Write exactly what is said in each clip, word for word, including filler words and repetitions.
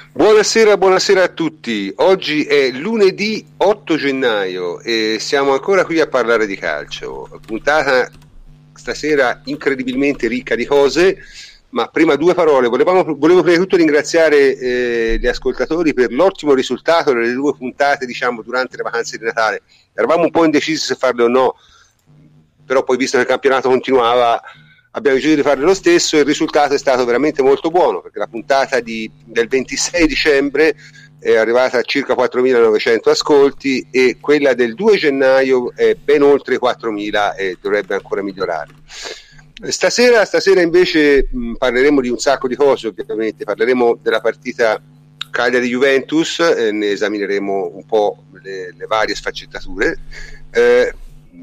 Buonasera, buonasera a tutti. Oggi è lunedì otto gennaio e siamo ancora qui a parlare di calcio. Puntata stasera incredibilmente ricca di cose, ma prima due parole. Volevamo, volevo prima di tutto ringraziare eh, gli ascoltatori per l'ottimo risultato delle due puntate, diciamo, durante le vacanze di Natale. Eravamo un po' indecisi se farle o no, però poi visto che il campionato continuava abbiamo deciso di farlo lo stesso e il risultato è stato veramente molto buono, perché la puntata di, del ventisei dicembre è arrivata a circa quattromilanovecento ascolti e quella del due gennaio è ben oltre quattromila e dovrebbe ancora migliorare. Stasera, stasera invece mh, parleremo di un sacco di cose, ovviamente parleremo della partita Cagliari-Juventus, eh, ne esamineremo un po' le, le varie sfaccettature. Eh,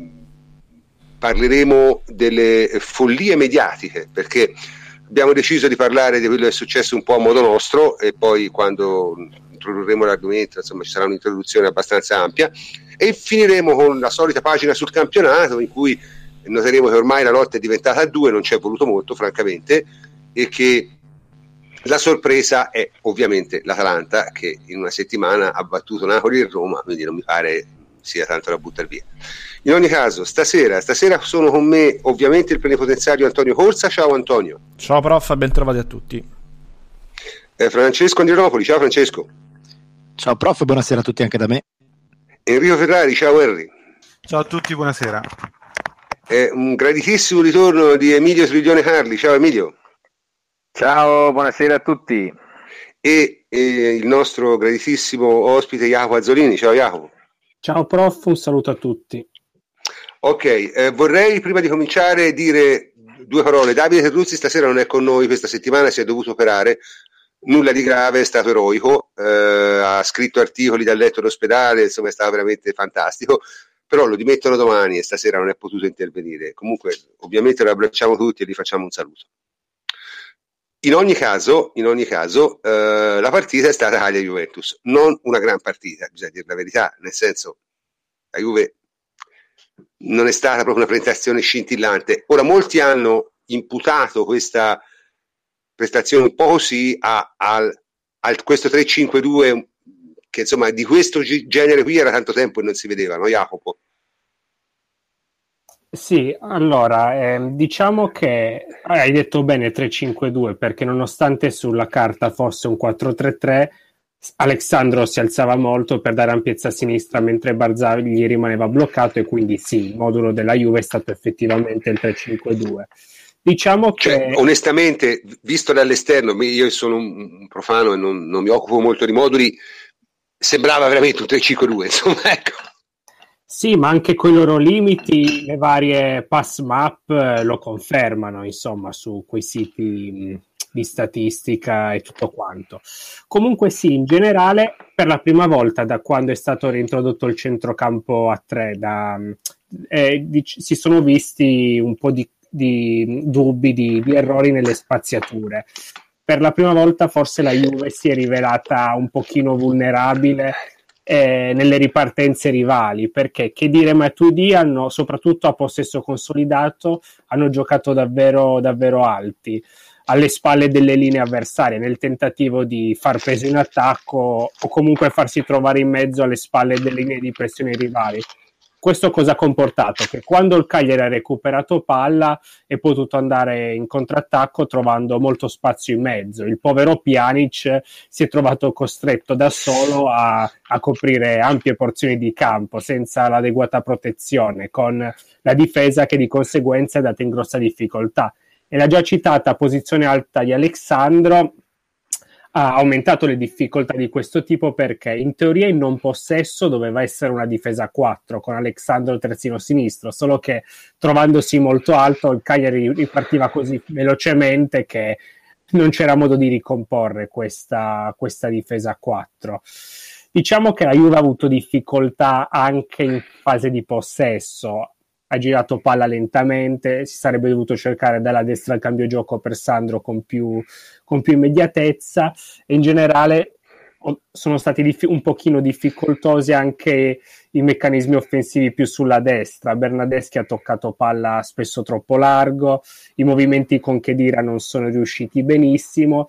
Parleremo delle follie mediatiche, perché abbiamo deciso di parlare di quello che è successo un po' a modo nostro e poi quando introdurremo l'argomento, insomma, ci sarà un'introduzione abbastanza ampia e finiremo con la solita pagina sul campionato in cui noteremo che ormai la lotta è diventata a due, non ci è voluto molto francamente, e che la sorpresa è ovviamente l'Atalanta che in una settimana ha battuto Napoli e Roma, quindi non mi pare sia tanto da buttare via. In ogni caso, stasera, stasera sono con me ovviamente il plenipotenziario Antonio Corsa. Ciao Antonio. Ciao prof, ben trovati a tutti. eh, Francesco Andrianopoli. Ciao Francesco. Ciao prof, buonasera a tutti anche da me. Enrico Ferrari. Ciao Henry. Ciao a tutti, buonasera. È un graditissimo ritorno di Emilio Triglione Carli. Ciao Emilio. Ciao, buonasera a tutti. E, e il nostro graditissimo ospite Jacopo Azzolini. Ciao Jacopo. Ciao prof, un saluto a tutti. Ok, eh, vorrei prima di cominciare dire due parole. Davide Terruzzi stasera non è con noi questa settimana, si è dovuto operare, nulla di grave, è stato eroico, eh, ha scritto articoli dal letto d'ospedale, insomma è stato veramente fantastico, però lo dimettono domani e stasera non è potuto intervenire. Comunque ovviamente lo abbracciamo tutti e gli facciamo un saluto. In ogni caso, in ogni caso eh, la partita è stata Cagliari-Juventus, non una gran partita, bisogna dire la verità, nel senso la Juve non è stata proprio una prestazione scintillante. Ora molti hanno imputato questa prestazione un po' così a, a, a questo tre cinque due che insomma di questo genere qui era tanto tempo e non si vedeva, no Jacopo? Sì, allora eh, diciamo che hai detto bene tre cinque due, perché nonostante sulla carta fosse un quattro tre tre, Alexandro si alzava molto per dare ampiezza a sinistra mentre Barzagli rimaneva bloccato e quindi sì, il modulo della Juve è stato effettivamente il tre cinque due. Diciamo che cioè, onestamente, visto dall'esterno, io sono un profano e non, non mi occupo molto di moduli, sembrava veramente un tre cinque due, insomma, ecco. Sì, ma anche con i loro limiti, le varie pass map eh, lo confermano, insomma, su quei siti mh, di statistica e tutto quanto. Comunque sì, in generale, per la prima volta da quando è stato reintrodotto il centrocampo a tre, da, eh, di, si sono visti un po' di, di dubbi, di, di errori nelle spaziature. Per la prima volta forse la Juve si è rivelata un pochino vulnerabile Eh, nelle ripartenze rivali, perché che dire Matuidi hanno, soprattutto a possesso consolidato, hanno giocato davvero davvero alti alle spalle delle linee avversarie nel tentativo di far peso in attacco o comunque farsi trovare in mezzo alle spalle delle linee di pressione rivali. Questo cosa ha comportato? Che quando il Cagliari ha recuperato palla è potuto andare in contrattacco trovando molto spazio in mezzo. Il povero Pjanic si è trovato costretto da solo a, a coprire ampie porzioni di campo senza l'adeguata protezione, con la difesa che di conseguenza è andata in grossa difficoltà. E la già citata posizione alta di Alexandro ha aumentato le difficoltà di questo tipo, perché in teoria in non possesso doveva essere una difesa a quattro con Alexandro terzino sinistro, solo che trovandosi molto alto il Cagliari ripartiva così velocemente che non c'era modo di ricomporre questa, questa difesa a quattro. Diciamo che la Juve ha avuto difficoltà anche in fase di possesso, ha girato palla lentamente, si sarebbe dovuto cercare dalla destra il cambio gioco per Sandro con più, con più immediatezza, e in generale sono stati dif- un pochino difficoltosi anche i meccanismi offensivi più sulla destra. Bernardeschi ha toccato palla spesso troppo largo, i movimenti con Khedira non sono riusciti benissimo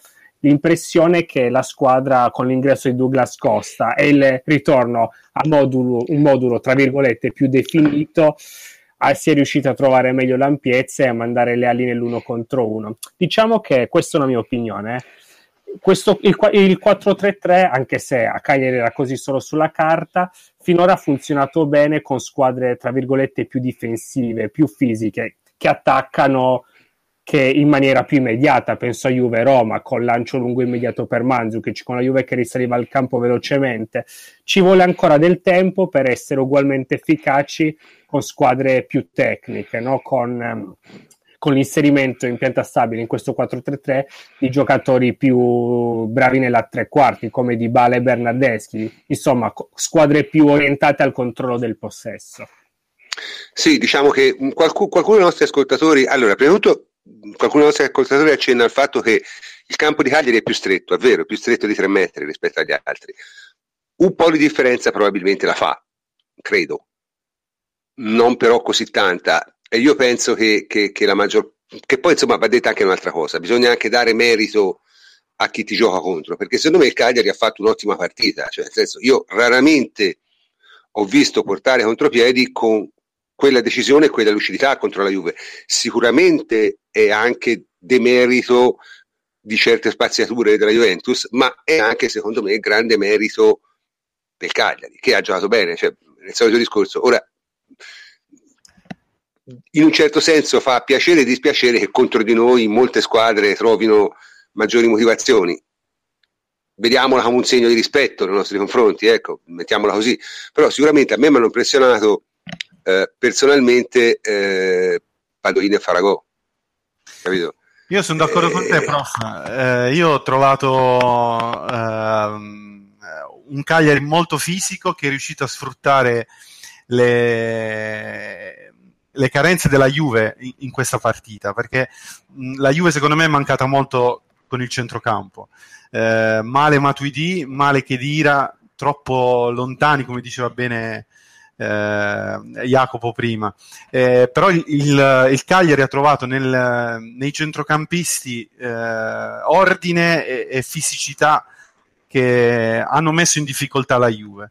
l'impressione che la squadra, con l'ingresso di Douglas Costa e il ritorno a modulo, un modulo tra virgolette più definito, si è riuscito a trovare meglio l'ampiezza e a mandare le ali nell'uno contro uno. Diciamo che questa è una mia opinione, eh. Questo, il, il quattro tre tre, anche se a Cagliari era così solo sulla carta, finora ha funzionato bene con squadre tra virgolette più difensive, più fisiche, che attaccano che in maniera più immediata. Penso a Juve Roma con lancio lungo immediato per Mandzukic, con la Juve che risaliva il campo velocemente. Ci vuole ancora del tempo per essere ugualmente efficaci con squadre più tecniche, no? Con con l'inserimento in pianta stabile in questo quattro tre tre di giocatori più bravi nella tre quarti come Dybala e Bernardeschi, insomma squadre più orientate al controllo del possesso. Sì, diciamo che qualcuno, qualcuno dei nostri ascoltatori, allora prima di tutto qualcuno dei nostri ascoltatori accenna al fatto che il campo di Cagliari è più stretto, è vero, più stretto di tre metri rispetto agli altri, un po' di differenza probabilmente la fa, credo, non però così tanta. E io penso che, che, che la maggior, che poi insomma va detta anche un'altra cosa, bisogna anche dare merito a chi ti gioca contro, perché secondo me il Cagliari ha fatto un'ottima partita, cioè nel senso, io raramente ho visto portare contropiedi con quella decisione e quella lucidità contro la Juve. Sicuramente è anche demerito di certe spaziature della Juventus, ma è anche secondo me grande merito del Cagliari, che ha giocato bene, cioè nel solito discorso. Ora, in un certo senso fa piacere e dispiacere che contro di noi molte squadre trovino maggiori motivazioni. Vediamola come un segno di rispetto nei nostri confronti, ecco, mettiamola così. Però sicuramente a me mi hanno impressionato eh, personalmente eh, Padoini e Faragò, capito? Io sono d'accordo eh, con te, prof. Eh, io ho trovato eh, un Cagliari molto fisico che è riuscito a sfruttare le le carenze della Juve in questa partita, perché la Juve secondo me è mancata molto con il centrocampo, eh, male Matuidi, male Khedira, troppo lontani come diceva bene eh, Jacopo prima, eh, però il, il, il Cagliari ha trovato nel, nei centrocampisti eh, ordine e, e fisicità che hanno messo in difficoltà la Juve.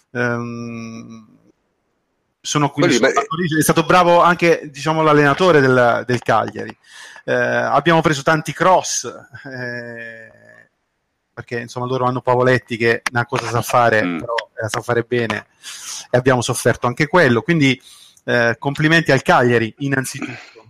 Um, Sono quindi sono stato, è stato bravo anche diciamo l'allenatore del, del Cagliari. Eh, abbiamo preso tanti cross eh, perché insomma loro hanno Pavoletti che una cosa sa fare, mm. però la sa fare bene, e abbiamo sofferto anche quello. Quindi eh, complimenti al Cagliari innanzitutto.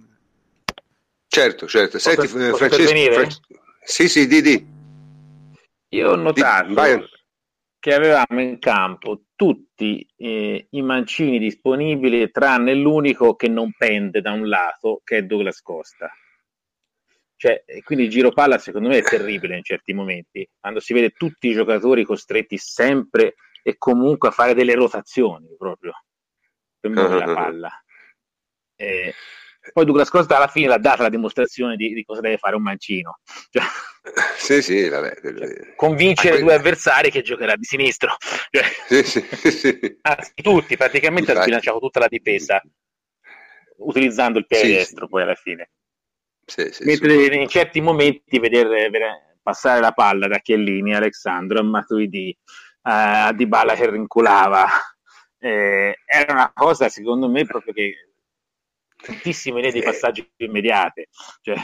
Certo, certo. Senti, posso, posso Francesco, Fran... sì, sì, di, di. Io ho notato di... che avevamo in campo tutti eh, i mancini disponibili tranne l'unico che non pende da un lato, che è Douglas Costa. Cioè, quindi il giro palla secondo me è terribile in certi momenti, quando si vede tutti i giocatori costretti sempre e comunque a fare delle rotazioni proprio per muovere la palla. Eh, poi Douglas Costa alla fine l'ha data la dimostrazione di, di cosa deve fare un mancino, cioè, sì, sì, vabbè. Cioè, convincere due avversari che giocherà di sinistro, cioè, sì, sì, sì. Anzi, tutti praticamente ha sbilanciato tutta la difesa utilizzando il piede sì, destro sì. Poi alla fine sì, sì, mentre sì. In certi momenti vedere, vedere passare la palla da Chiellini, Alexandro, a Matuidi, a Dybala che rinculava, eh, era una cosa secondo me proprio che tantissime linee di passaggio più immediate, cioè...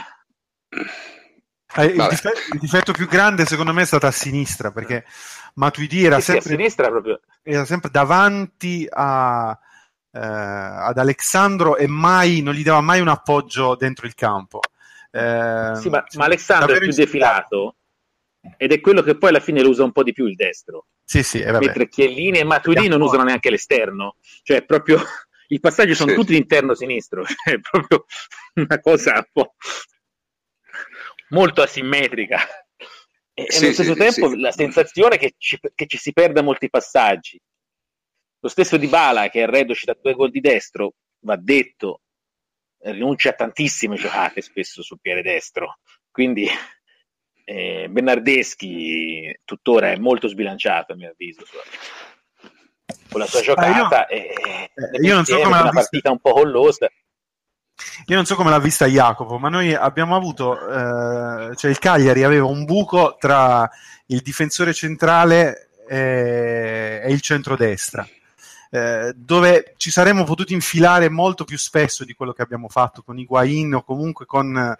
eh, il, difetto, il difetto più grande secondo me è stato a sinistra, perché Matuidi era, sì, sempre, sì, a sinistra proprio... era sempre davanti a, eh, ad Alexandro e mai non gli dava mai un appoggio dentro il campo. Eh, sì, ma, ma Alexandro è più defilato ed è quello che poi alla fine lo usa un po' di più il destro, sì, sì, eh, mentre Chiellini e Matuidi non usano neanche l'esterno, cioè proprio i passaggi sono sì. tutti interno sinistro, cioè proprio una cosa un po' molto asimmetrica e, sì, e allo stesso sì, tempo sì. La sensazione che ci, che ci si perda molti passaggi. Lo stesso Dybala, che è reduce da due gol di destro, va detto, rinuncia a tantissime giocate spesso sul piede destro, quindi eh, Bernardeschi tuttora è molto sbilanciato a mio avviso con la sua giocata. Ah, io, e, eh, io non so come una partita un po' collosa. Io non so come l'ha vista Jacopo, ma noi abbiamo avuto, eh, cioè il Cagliari aveva un buco tra il difensore centrale e, e il centrodestra, eh, dove ci saremmo potuti infilare molto più spesso di quello che abbiamo fatto con Higuain o comunque con, eh,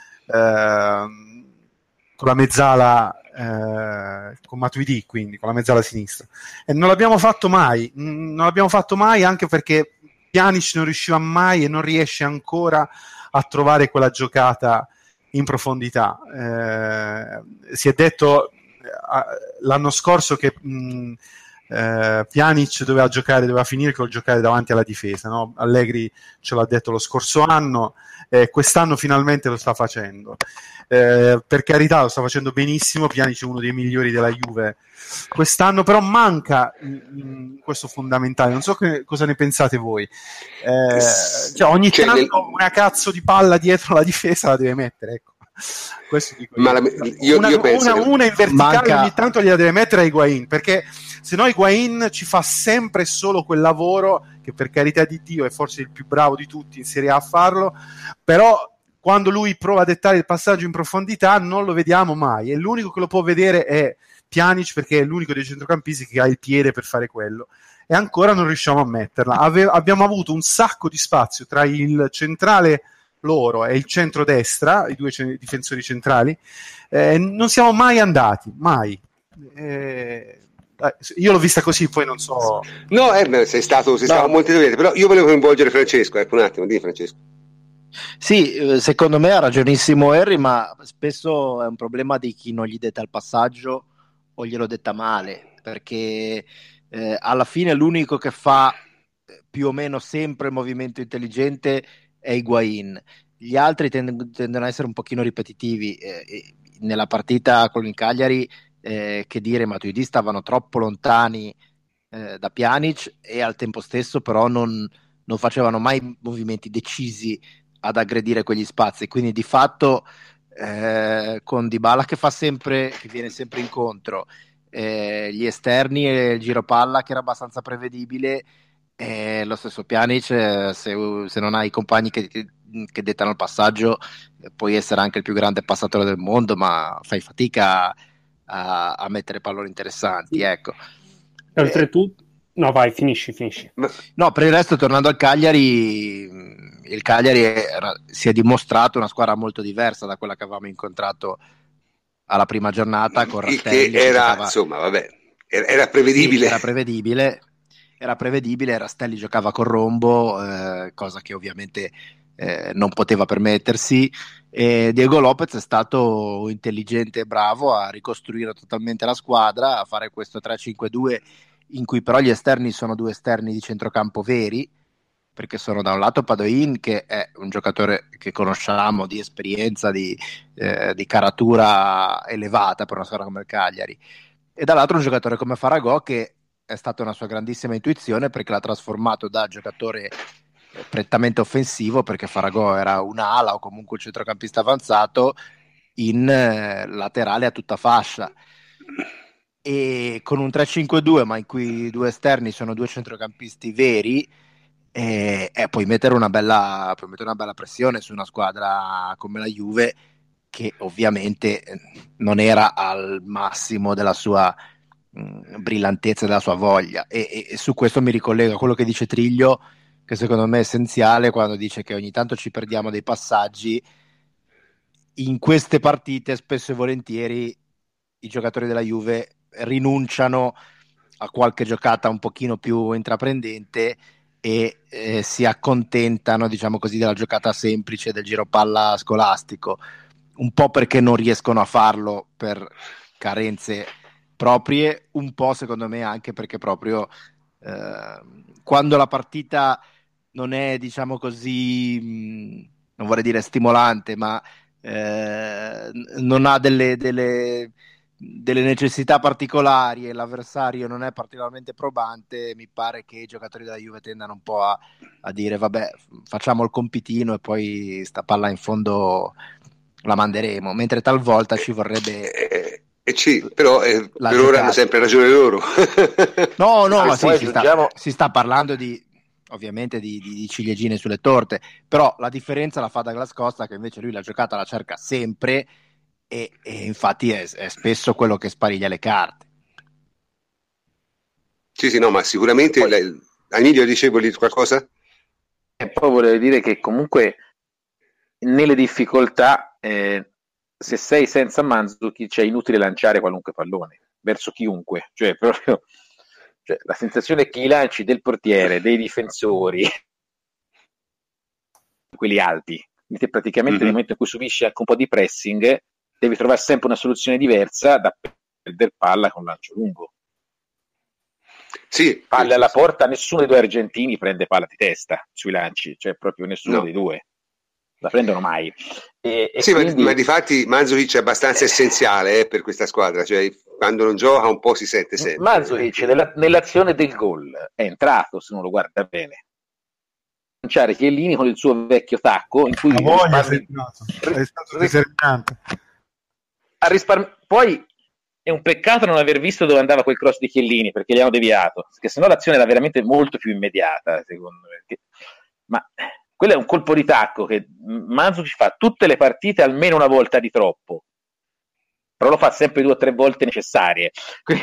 con la mezzala, eh, con Matuidi, quindi con la mezzala sinistra. E non l'abbiamo fatto mai, non l'abbiamo fatto mai anche perché Pjanic non riusciva mai e non riesce ancora a trovare quella giocata in profondità. Eh, si è detto eh, l'anno scorso che mh, eh, Pjanic doveva giocare, doveva finire col giocare davanti alla difesa, no? Allegri ce l'ha detto lo scorso anno, eh, quest'anno finalmente lo sta facendo. Eh, per carità, lo sta facendo benissimo. Pjanic è uno dei migliori della Juve quest'anno, però manca in questo fondamentale. Non so che, cosa ne pensate voi. Eh, cioè ogni cioè, tanto nel... una cazzo di palla dietro la difesa la deve mettere, ecco. Questo dico Ma io. La, io, una, io penso una, che... una in verticale manca... ogni tanto gliela deve mettere a Higuain, perché se no Higuain ci fa sempre solo quel lavoro che, per carità di Dio, è forse il più bravo di tutti in Serie A a farlo, però quando lui prova a dettare il passaggio in profondità non lo vediamo mai, e l'unico che lo può vedere è Pjanic, perché è l'unico dei centrocampisti che ha il piede per fare quello, e ancora non riusciamo a metterla. Ave- abbiamo avuto un sacco di spazio tra il centrale loro e il centrodestra, i due c- difensori centrali, eh, non siamo mai andati, mai. Eh, io l'ho vista così, poi non so. No, eh, sei stato, sei no. stato molto evidente, però io volevo coinvolgere Francesco, ecco un attimo, di Francesco. Sì, secondo me ha ragionissimo Harry, ma spesso è un problema di chi non gli detta il passaggio o glielo detta male, perché eh, alla fine l'unico che fa più o meno sempre il movimento intelligente è Higuain. Gli altri tend- tendono a essere un pochino ripetitivi. Eh, nella partita con il Cagliari, eh, che dire, Matuidi stavano troppo lontani eh, da Pjanic, e al tempo stesso però non, non facevano mai movimenti decisi ad aggredire quegli spazi, quindi di fatto eh, con Dybala che fa sempre, che viene sempre incontro, eh, gli esterni e il giro palla che era abbastanza prevedibile, e lo stesso Pjanic, eh, se, se non hai i compagni che, che dettano il passaggio, eh, puoi essere anche il più grande passatore del mondo, ma fai fatica a, a mettere palloni interessanti, ecco. E oltretutto no, vai, finisci, finisci. No, per il resto, tornando al Cagliari, il Cagliari era, si è dimostrato una squadra molto diversa da quella che avevamo incontrato alla prima giornata con Rastelli. Che era, che giocava... insomma, vabbè, era, era prevedibile. Sì, era prevedibile, era prevedibile. Rastelli giocava con Rombo, eh, cosa che ovviamente eh, non poteva permettersi. E Diego Lopez è stato intelligente e bravo a ricostruire totalmente la squadra, a fare questo tre cinque due in cui però gli esterni sono due esterni di centrocampo veri, perché sono da un lato Padoin, che è un giocatore che conosciamo, di esperienza, di, eh, di caratura elevata per una squadra come il Cagliari, e dall'altro un giocatore come Faragò, che è stata una sua grandissima intuizione, perché l'ha trasformato da giocatore prettamente offensivo, perché Faragò era un'ala o comunque un centrocampista avanzato, in eh, laterale a tutta fascia. E con un tre cinque due, ma in cui i due esterni sono due centrocampisti veri, e, e puoi mettere una bella puoi mettere una bella pressione su una squadra come la Juve, che ovviamente non era al massimo della sua mh, brillantezza e della sua voglia, e, e, e su questo mi ricollego a quello che dice Triglio, che secondo me è essenziale, quando dice che ogni tanto ci perdiamo dei passaggi. In queste partite spesso e volentieri i giocatori della Juve rinunciano a qualche giocata un pochino più intraprendente e eh, si accontentano, diciamo così, della giocata semplice, del giro palla scolastico, un po' perché non riescono a farlo per carenze proprie, un po' secondo me anche perché proprio eh, quando la partita non è, diciamo così, mh, non vorrei dire stimolante, ma eh, non ha delle, delle delle necessità particolari e l'avversario non è particolarmente probante, mi pare che i giocatori della Juve tendano un po' a, a dire vabbè, facciamo il compitino e poi sta palla in fondo la manderemo, mentre talvolta ci vorrebbe eh, eh, sì, però eh, per giocata. Ora hanno sempre ragione loro. no no ma sì, si, aggiungiamo... sta, si sta parlando di ovviamente di, di, di ciliegine sulle torte, però la differenza la fa Douglas Costa, che invece lui la giocata la cerca sempre e, e infatti è, è spesso quello che spariglia le carte. Sì, sì, no, ma sicuramente poi, la, Emilio, dicevo lì qualcosa? E poi volevo dire che comunque nelle difficoltà, eh, se sei senza Mandzukic è inutile lanciare qualunque pallone verso chiunque, cioè proprio cioè, la sensazione è che i lanci del portiere, dei difensori, quelli alti, praticamente mm-hmm. nel momento in cui subisci anche un po' di pressing devi trovare sempre una soluzione diversa da perdere palla con lancio lungo. Sì, palle sì, alla sì. porta, nessuno dei due argentini prende palla di testa sui lanci, cioè proprio nessuno no. dei due la prendono mai. E, e sì, quindi... ma, ma di fatti Mandzukic è abbastanza essenziale eh, per questa squadra, cioè quando non gioca un po' si sente sempre. Mandzukic nella, nell'azione del gol è entrato, se non lo guarda bene, lanciare Chiellini con il suo vecchio tacco in cui risparmi... è stato determinante. A risparmi... Poi è un peccato non aver visto dove andava quel cross di Chiellini, perché li hanno deviato, perché sennò l'azione era veramente molto più immediata, secondo me. Perché... Ma quello è un colpo di tacco che Mandzukic fa tutte le partite almeno una volta di troppo, però lo fa sempre due o tre volte necessarie. Quindi...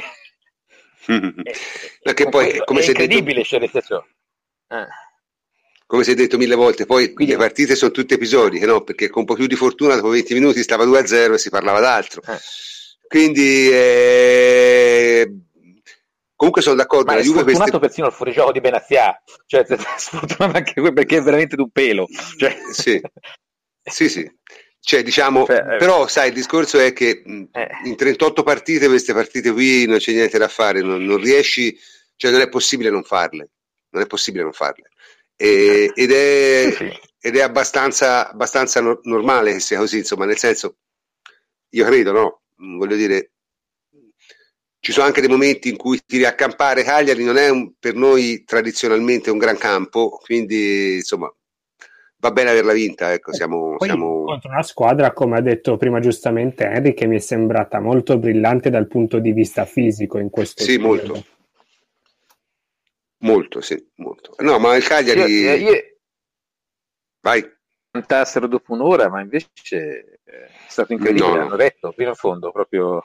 perché poi è, come è incredibile, detto... cioè nel senso... eh. Come si è detto mille volte, poi Quindi... le partite sono tutte episodiche, no? Perché con un po' più di fortuna dopo venti minuti stava due a zero e si parlava d'altro. Eh. Quindi eh... comunque sono d'accordo. Ma la è Juve sfortunato queste... persino il fuorigioco di Benatia, cioè è sfortunato anche qui perché è veramente d'un pelo. Cioè... Sì, sì, sì. Cioè, diciamo, cioè, eh... però sai, il discorso è che eh. in trentotto partite, queste partite qui non c'è niente da fare, non, non riesci, cioè non è possibile non farle, non è possibile non farle. E, ed, è, sì, sì. ed è abbastanza, abbastanza no, normale che sia così, insomma, nel senso, io credo, no? Voglio dire, ci sono anche dei momenti in cui ti riaccampare. Cagliari non è un, per noi tradizionalmente un gran campo, quindi insomma va bene averla vinta, ecco, siamo, Poi siamo... contro una squadra, come ha detto prima giustamente Henry, che mi è sembrata molto brillante dal punto di vista fisico in questo sì, periodo. molto molto, sì, molto. No, ma il Cagliari io, io... vai cantassero dopo un'ora, ma invece è stato incredibile, no, no. Hanno detto fino in fondo proprio.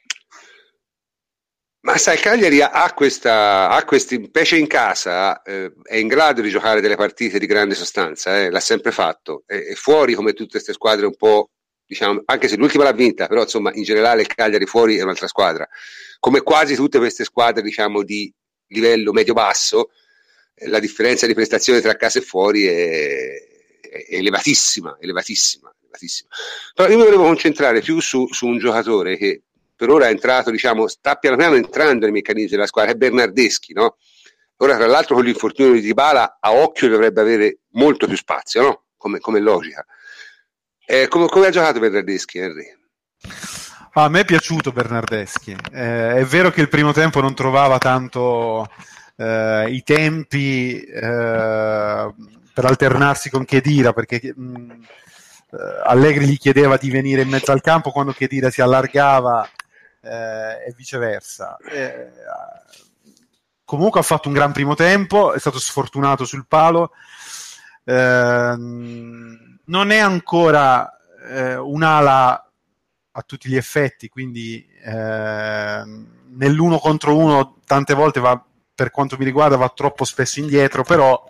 Ma sai, il Cagliari ha questa, ha questi pece in casa, eh, è in grado di giocare delle partite di grande sostanza, eh, l'ha sempre fatto, è, è fuori come tutte queste squadre un po', diciamo, anche se l'ultima l'ha vinta, però insomma in generale il Cagliari fuori è un'altra squadra, come quasi tutte queste squadre, diciamo, di livello medio-basso, eh, la differenza di prestazione tra casa e fuori è, è, è elevatissima, elevatissima, elevatissima. Però io mi volevo concentrare più su, su un giocatore che per ora è entrato, diciamo, sta piano piano entrando nei meccanismi della squadra, è Bernardeschi, no? Ora, tra l'altro, con l'infortunio di Dybala, a occhio dovrebbe avere molto più spazio, no? Come, come logica. Eh, come, come ha giocato Bernardeschi, Henry? Ah, a me è piaciuto Bernardeschi. Eh, è vero che il primo tempo non trovava tanto eh, i tempi eh, per alternarsi con Khedira, perché mh, Allegri gli chiedeva di venire in mezzo al campo quando Khedira si allargava eh, e viceversa. Eh, comunque ha fatto un gran primo tempo, è stato sfortunato sul palo, eh, non è ancora eh, un'ala a tutti gli effetti, quindi eh, nell'uno contro uno tante volte va, per quanto mi riguarda, va troppo spesso indietro, però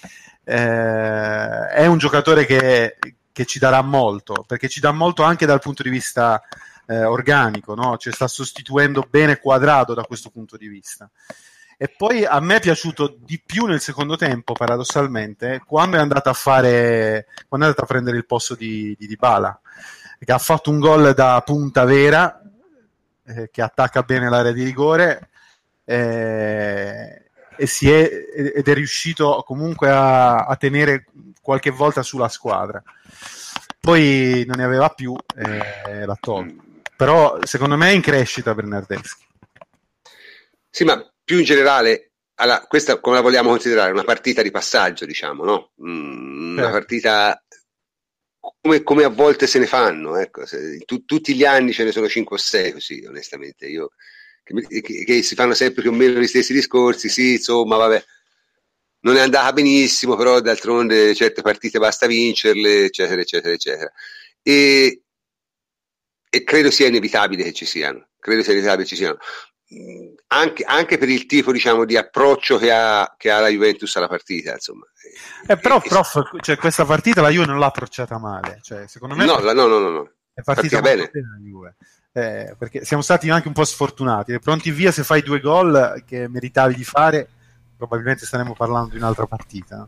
eh, è un giocatore che che ci darà molto, perché ci dà molto anche dal punto di vista eh, organico, no? Cioè sta sostituendo bene Quadrado da questo punto di vista. E poi a me è piaciuto di più nel secondo tempo, paradossalmente, quando è andato a fare, quando è andato a prendere il posto di, di Dybala, che ha fatto un gol da punta vera, eh, che attacca bene l'area di rigore, eh, e si è, ed è riuscito comunque a, a tenere qualche volta sulla squadra. Poi non ne aveva più e l'ha tolto. Però secondo me è in crescita Bernardeschi. Sì, ma più in generale, allora, questa come la vogliamo considerare? Una partita di passaggio, diciamo, no? Mm, una certo. partita come, come a volte se ne fanno, ecco. Se, tu, tutti gli anni ce ne sono cinque o sei così, onestamente. Io, che, che, che si fanno sempre più o meno gli stessi discorsi, sì, insomma, vabbè. non è andata benissimo, però d'altronde certe partite basta vincerle, eccetera, eccetera, eccetera. E, e credo sia inevitabile che ci siano, credo sia inevitabile che ci siano. Anche, anche per il tipo, diciamo, di approccio che ha, che ha la Juventus alla partita, insomma. Eh, però, e, prof, cioè, questa partita la Juve non l'ha approcciata male, cioè, secondo me no, la, no, no, no, no. è partita bene. bene la Juve, eh, perché siamo stati anche un po' sfortunati. Pronti via, se fai due gol che meritavi di fare, probabilmente staremo parlando di un'altra partita.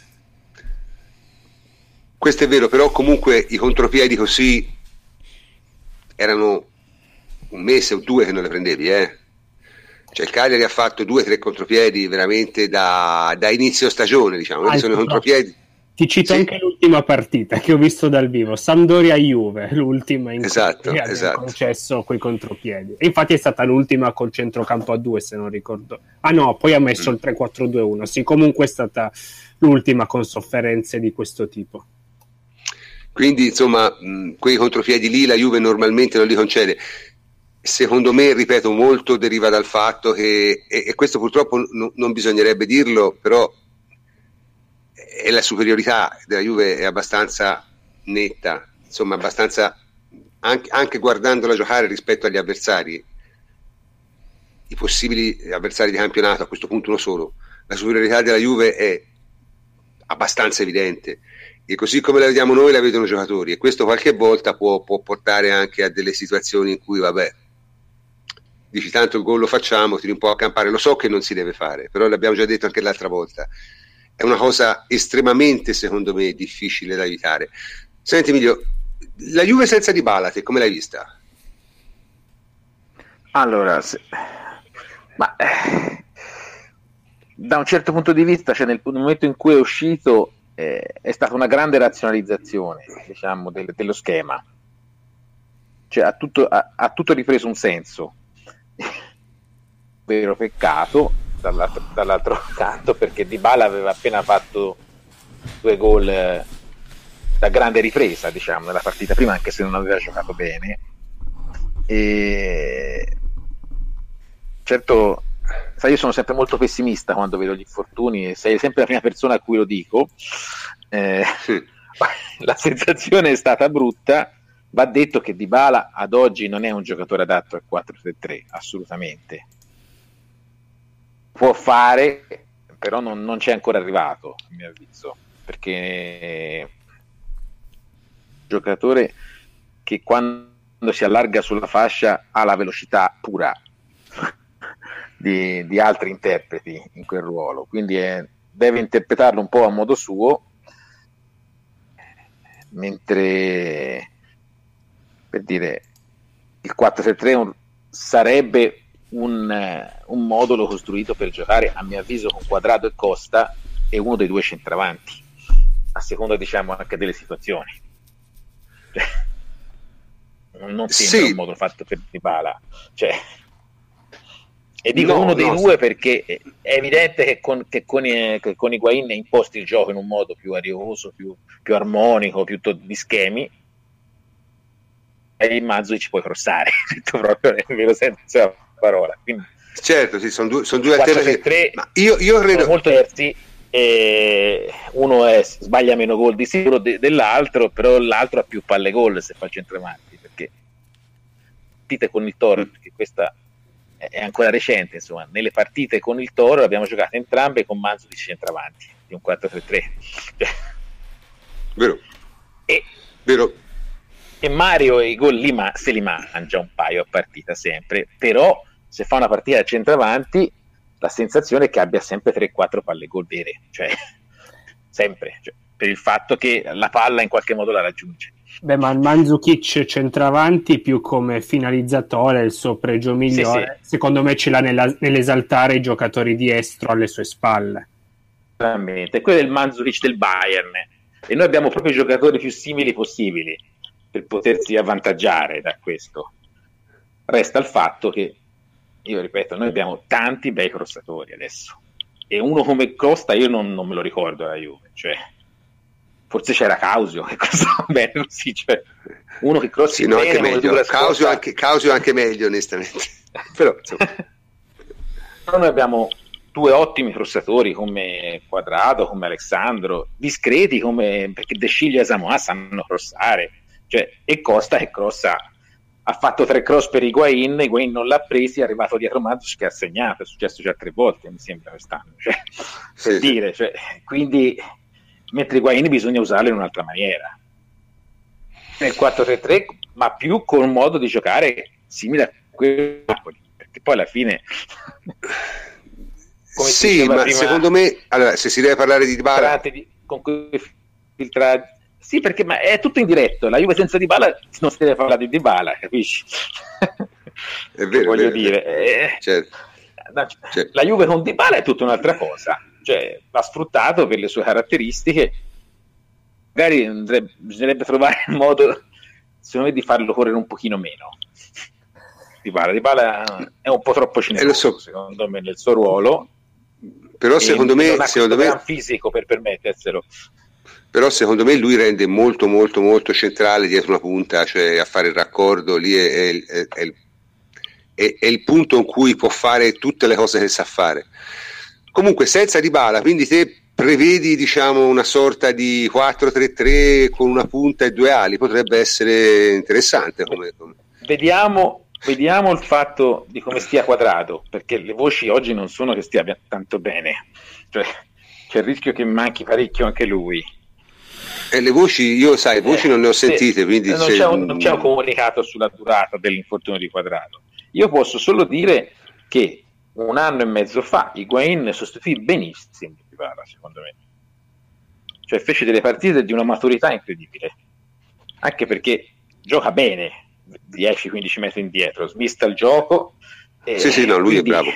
Questo è vero, però comunque i contropiedi così erano un mese o due che non le prendevi, eh. Cioè il Cagliari ha fatto due o tre contropiedi veramente da, da inizio stagione, diciamo. Ah, sono i contropiedi. Ti cito sì. anche l'ultima partita che ho visto dal vivo, Sampdoria-Juve, l'ultima in esatto, cui esatto. ha concesso quei contropiedi. E infatti è stata l'ultima col centrocampo a due, se non ricordo. Ah no, poi ha messo mm. il tre quattro due uno. Sì, comunque è stata l'ultima con sofferenze di questo tipo. Quindi, insomma, mh, quei contropiedi lì la Juve normalmente non li concede. Secondo me, ripeto, molto deriva dal fatto che, e, e questo purtroppo n- non bisognerebbe dirlo, però è la superiorità della Juve è abbastanza netta, insomma, abbastanza, anche, anche guardandola giocare rispetto agli avversari, i possibili avversari di campionato, a questo punto uno solo, la superiorità della Juve è abbastanza evidente. E così come la vediamo noi la vedono i giocatori, e questo qualche volta può, può portare anche a delle situazioni in cui vabbè, dici tanto il gol lo facciamo, tiri un po' a campare, lo so che non si deve fare, però l'abbiamo già detto anche l'altra volta, è una cosa estremamente, secondo me, difficile da evitare. Senti Emilio, la Juve senza Dybala, te come l'hai vista? Allora, se... ma eh, da un certo punto di vista, cioè nel momento in cui è uscito eh, è stata una grande razionalizzazione, diciamo, del, dello schema, cioè ha tutto, ha, ha tutto ripreso un senso. Vero peccato dall'altro, dall'altro canto, perché Dybala aveva appena fatto due gol eh, da grande ripresa, diciamo, nella partita prima, anche se non aveva giocato bene. E certo, sai, io sono sempre molto pessimista quando vedo gli infortuni e sei sempre la prima persona a cui lo dico. Eh, la sensazione è stata brutta. Va detto che Dybala ad oggi non è un giocatore adatto al quattro tre tre, assolutamente. Può fare, però non, non c'è ancora arrivato, a mio avviso, perché giocatore che quando si allarga sulla fascia ha la velocità pura di, di altri interpreti in quel ruolo, quindi è, deve interpretarlo un po' a modo suo, mentre per dire il quattro tre tre un, sarebbe un, un modulo costruito per giocare, a mio avviso, con Quadrado e Costa e uno dei due centravanti, a seconda, diciamo, anche delle situazioni. Non sembra sì. un modulo fatto per Dybala, cioè, e dico no, uno dei no, due sì. perché è evidente che con, che con, che con Higuain imposti il gioco in un modo più arioso, più, più armonico, più to- di schemi, e in mezzo ci puoi crossare, detto proprio nel vero senso della parola. Quindi, certo, sì, sono due, sono due alternative. Ma io, io credo molto diversi. E uno è, sbaglia meno gol di sicuro de- dell'altro, però l'altro ha più palle gol se fa centravanti, perché partite con il Toro, perché questa è ancora recente, insomma, nelle partite con il Toro abbiamo giocato entrambe con Mandzukic centravanti di un quattro tre tre. Vero. E, Vero. e Mario i gol li ma- se li mangia un paio a partita sempre, però se fa una partita a centravanti la sensazione è che abbia sempre tre quattro palle gol vere, cioè sempre, cioè, per il fatto che la palla in qualche modo la raggiunge. Beh, ma il Mandzukic centravanti più come finalizzatore, il suo pregio migliore, sì, sì. secondo me ce l'ha nella, nell'esaltare i giocatori di estro alle sue spalle. Veramente, quello è il Mandzukic del Bayern, e noi abbiamo proprio i giocatori più simili possibili per potersi avvantaggiare da questo. Resta il fatto che, io ripeto, noi abbiamo tanti bei crossatori adesso, e uno come Costa io non, non me lo ricordo alla Juve, cioè forse c'era Causio che crossava bene così, cioè uno che crossi sì, no, bene, anche meglio. Causio anche, Causio anche meglio onestamente però, però noi abbiamo due ottimi crossatori come Quadrado, come Alessandro, discreti come perché De Sciglio e Samoa sanno crossare, cioè, e Costa che crossa, ha fatto tre cross per Higuain, Higuain non l'ha presi, è arrivato dietro Mandzukic che ha segnato, è successo già tre volte mi sembra quest'anno, cioè, sì, per dire, cioè, quindi mentre Higuain bisogna usarlo in un'altra maniera nel quattro tre tre, ma più con un modo di giocare simile a quello, perché poi alla fine come sì, ma prima, secondo me allora, se si deve parlare di Dybala di, con quei filtrati, sì, perché ma è tutto in diretto, la Juve senza Dybala non si deve parlare di Dybala, capisci? È vero, voglio è vero, dire eh, certo. La, certo. la Juve con Dybala è tutta un'altra cosa, cioè va sfruttato per le sue caratteristiche, magari andrebbe, bisognerebbe trovare il modo secondo me di farlo correre un pochino meno. Dybala, Dybala è un po' troppo cinecoso, so. secondo me, nel suo ruolo, però secondo me non ha secondo me gran fisico per permetterselo. Però secondo me lui rende molto molto molto centrale dietro una punta, cioè a fare il raccordo lì è, è, è, è, è, è il punto in cui può fare tutte le cose che sa fare. Comunque senza Dybala, quindi te prevedi diciamo una sorta di quattro tre tre con una punta e due ali, potrebbe essere interessante come, come... Vediamo, vediamo il fatto di come stia Quadrado, perché le voci oggi non sono che stia tanto bene, cioè c'è il rischio che manchi parecchio anche lui. E le voci, io sai, voci eh, non ne ho sentite, sì, quindi non c'è, c'è, un, non c'è un comunicato sulla durata dell'infortunio di Quadrado. Io posso solo dire che un anno e mezzo fa Higuain sostituì benissimo Dybala, secondo me, cioè fece delle partite di una maturità incredibile, anche perché gioca bene dieci quindici metri indietro, smista il gioco, e sì sì no lui quindi, è bravo,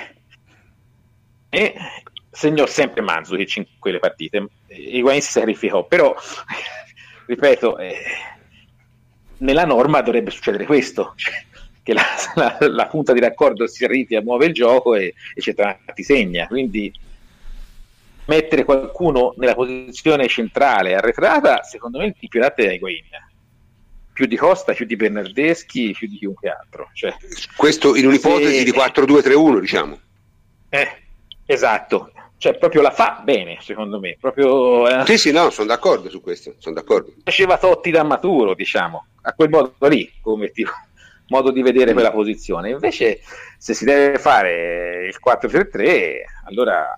e segnò sempre Mandzukic in quelle partite. Higuain si sacrificò, però ripeto, eh, nella norma dovrebbe succedere questo, cioè, che la, la, la punta di raccordo si arriva, muove il gioco e, e ti segna, quindi mettere qualcuno nella posizione centrale arretrata secondo me il più adatto è Higuain, più di Costa, più di Bernardeschi, più di chiunque altro, cioè, questo in un'ipotesi se... di quattro due tre uno diciamo, eh, esatto, cioè proprio la fa bene secondo me, proprio eh. sì sì no sono d'accordo su questo, sono d'accordo, faceva Totti da maturo, diciamo, a quel modo lì, come tipo, modo di vedere quella posizione. Invece se si deve fare il quattro tre tre allora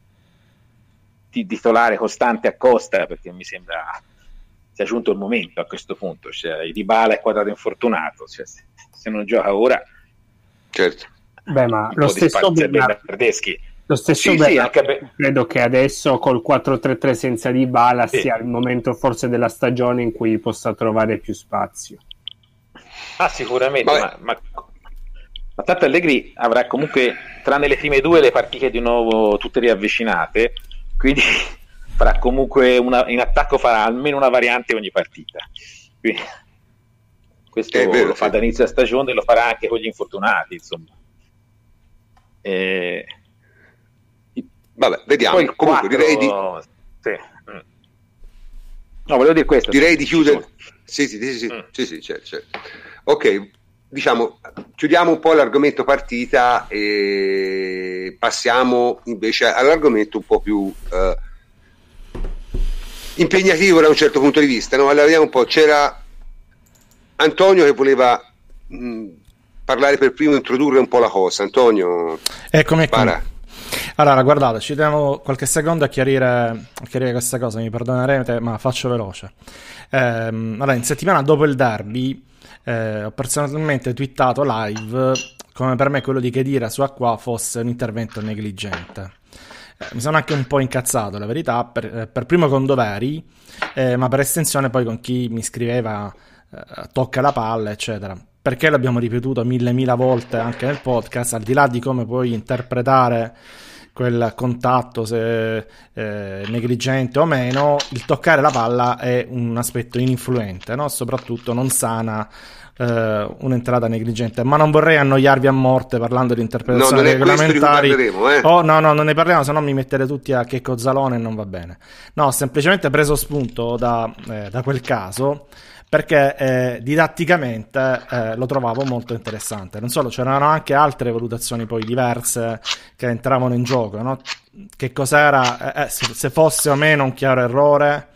di titolare costante a Costa, perché mi sembra sia giunto il momento a questo punto, cioè Dybala è Quadrado infortunato, cioè, se, se non gioca ora certo. Beh, ma lo stesso Bernardeschi. Lo stesso sì, Bernard, sì, anche be- credo che adesso col quattro tre tre senza Dybala sì. sia il momento forse della stagione in cui possa trovare più spazio. Ah, sicuramente, ma, ma, ma tanto Allegri avrà comunque, tranne le prime due, le partite di nuovo tutte riavvicinate, quindi farà comunque una, in attacco farà almeno una variante ogni partita. Quindi, questo vero, lo fa sì. dall'inizio della stagione, lo farà anche con gli infortunati, insomma. E... Vabbè, vediamo. Poi comunque quattro... direi di sì. No, volevo dire questo. Direi di chiudere. Sì, sì, sì, sì, mm. sì, sì certo, certo. Ok, diciamo, chiudiamo un po' l'argomento partita e passiamo invece all'argomento un po' più eh, impegnativo da un certo punto di vista, no? Allora, vediamo un po'. C'era Antonio che voleva mh, parlare per primo, introdurre un po' la cosa. Antonio, eccomi qua. Allora, guardate, ci diamo qualche secondo a chiarire, a chiarire questa cosa, mi perdonerete, ma faccio veloce. Ehm, allora, in settimana dopo il derby eh, ho personalmente twittato live come per me quello di Khedira su Acqua fosse un intervento negligente. Eh, mi sono anche un po' incazzato, la verità, per, per primo con Doveri, eh, ma per estensione poi con chi mi scriveva eh, tocca la palla, eccetera. Perché l'abbiamo ripetuto mille mila volte anche nel podcast, al di là di come puoi interpretare quel contatto, se eh, negligente o meno, il toccare la palla è un aspetto ininfluente, no? Soprattutto non sana eh, un'entrata negligente. Ma non vorrei annoiarvi a morte parlando di interpretazioni no, regolamentari. Eh. Oh, no, no, non ne parliamo, se no mi mettete tutti a Checco Zalone e non va bene. No, ho semplicemente preso spunto da, eh, da quel caso, perché eh, didatticamente eh, lo trovavo molto interessante. Non solo, c'erano anche altre valutazioni poi diverse che entravano in gioco, no? Che cos'era, eh, se fosse o meno un chiaro errore,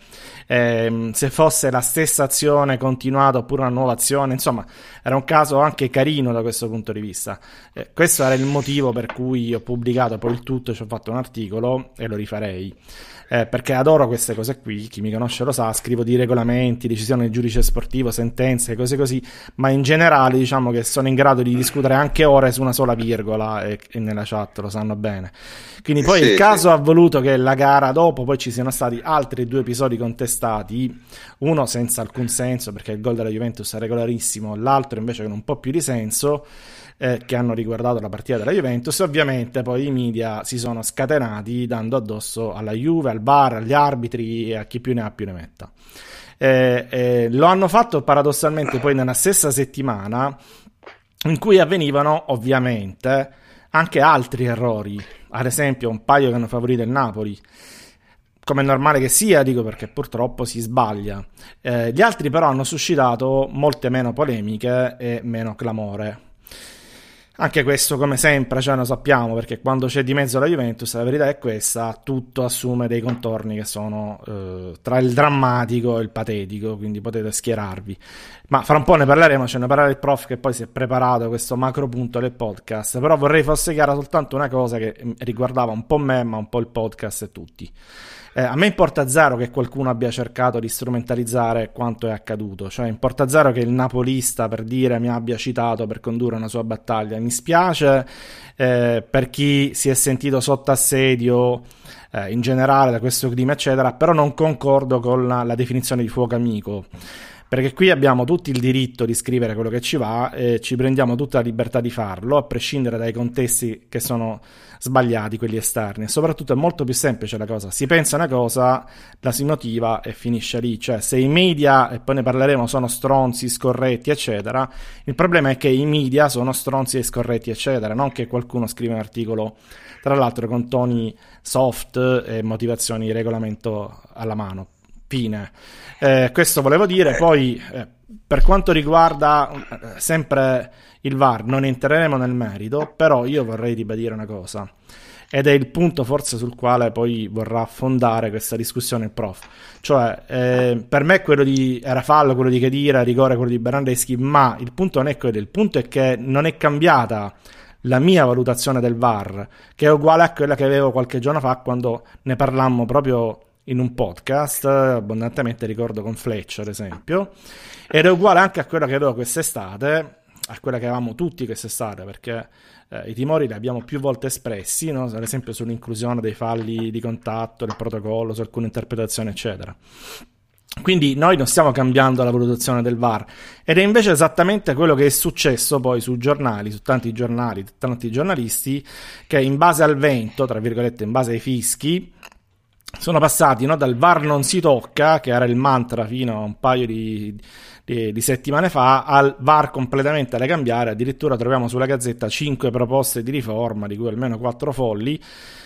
eh, se fosse la stessa azione continuata oppure una nuova azione, insomma era un caso anche carino da questo punto di vista. Eh, questo era il motivo per cui ho pubblicato poi il tutto, ci ho fatto un articolo e lo rifarei. Eh, perché adoro queste cose qui, chi mi conosce lo sa, scrivo di regolamenti, decisioni del giudice sportivo, sentenze, cose così, ma in generale diciamo che sono in grado di discutere anche ore su una sola virgola, e, e nella chat lo sanno bene. Quindi poi sì, il caso sì. ha voluto che la gara dopo poi ci siano stati altri due episodi contestati, uno senza alcun senso perché il gol della Juventus è regolarissimo, l'altro invece con un po' più di senso, Eh, che hanno riguardato la partita della Juventus. Ovviamente poi i media si sono scatenati dando addosso alla Juve, al V A R, agli arbitri e a chi più ne ha più ne metta. Eh, eh, lo hanno fatto paradossalmente poi nella stessa settimana in cui avvenivano ovviamente anche altri errori, ad esempio un paio che hanno favorito il Napoli, come è normale che sia, dico, perché purtroppo si sbaglia. Eh, gli altri però hanno suscitato molte meno polemiche e meno clamore. Anche questo, come sempre, cioè lo sappiamo, perché quando c'è di mezzo la Juventus, la verità è questa, tutto assume dei contorni che sono eh, tra il drammatico e il patetico, quindi potete schierarvi. Ma fra un po' ne parleremo, ce ne parlerà il prof che poi si è preparato questo macro punto del podcast, però vorrei fosse chiara soltanto una cosa che riguardava un po' me, ma un po' il podcast e tutti. Eh, a me importa zero che qualcuno abbia cercato di strumentalizzare quanto è accaduto, cioè importa zero che il napolista, per dire, mi abbia citato per condurre una sua battaglia. Mi spiace eh, per chi si è sentito sotto assedio eh, in generale da questo clima eccetera, però non concordo con la, la definizione di fuoco amico, perché qui abbiamo tutti il diritto di scrivere quello che ci va e ci prendiamo tutta la libertà di farlo, a prescindere dai contesti che sono sbagliati, quelli esterni. E soprattutto è molto più semplice la cosa, si pensa una cosa, la si motiva e finisce lì. Cioè, se i media, e poi ne parleremo, sono stronzi, scorretti eccetera, il problema è che i media sono stronzi e scorretti eccetera, non che qualcuno scrive un articolo tra l'altro con toni soft e motivazioni di regolamento alla mano. Fine. Eh, questo volevo dire. Poi eh, per quanto riguarda eh, sempre il V A R non entreremo nel merito, però io vorrei ribadire una cosa, ed è il punto forse sul quale poi vorrà affondare questa discussione il prof, cioè eh, per me quello di era fallo, quello di Khedira, rigore quello di Bernardeschi, ma il punto non è quello, il punto è che non è cambiata la mia valutazione del V A R, che è uguale a quella che avevo qualche giorno fa quando ne parlammo proprio in un podcast, abbondantemente ricordo con Fletch ad esempio, ed è uguale anche a quella che avevo quest'estate, a quella che avevamo tutti quest'estate, perché eh, i timori li abbiamo più volte espressi, no? Ad esempio sull'inclusione dei falli di contatto, del protocollo, su alcune interpretazioni eccetera. Quindi noi non stiamo cambiando la valutazione del V A R, ed è invece esattamente quello che è successo poi sui giornali, su tanti giornali, tanti giornalisti, che in base al vento, tra virgolette, in base ai fischi, sono passati, no, dal V A R non si tocca, che era il mantra fino a un paio di, di, di settimane fa, al V A R completamente da cambiare. Addirittura troviamo sulla Gazzetta cinque proposte di riforma, di cui almeno quattro folli.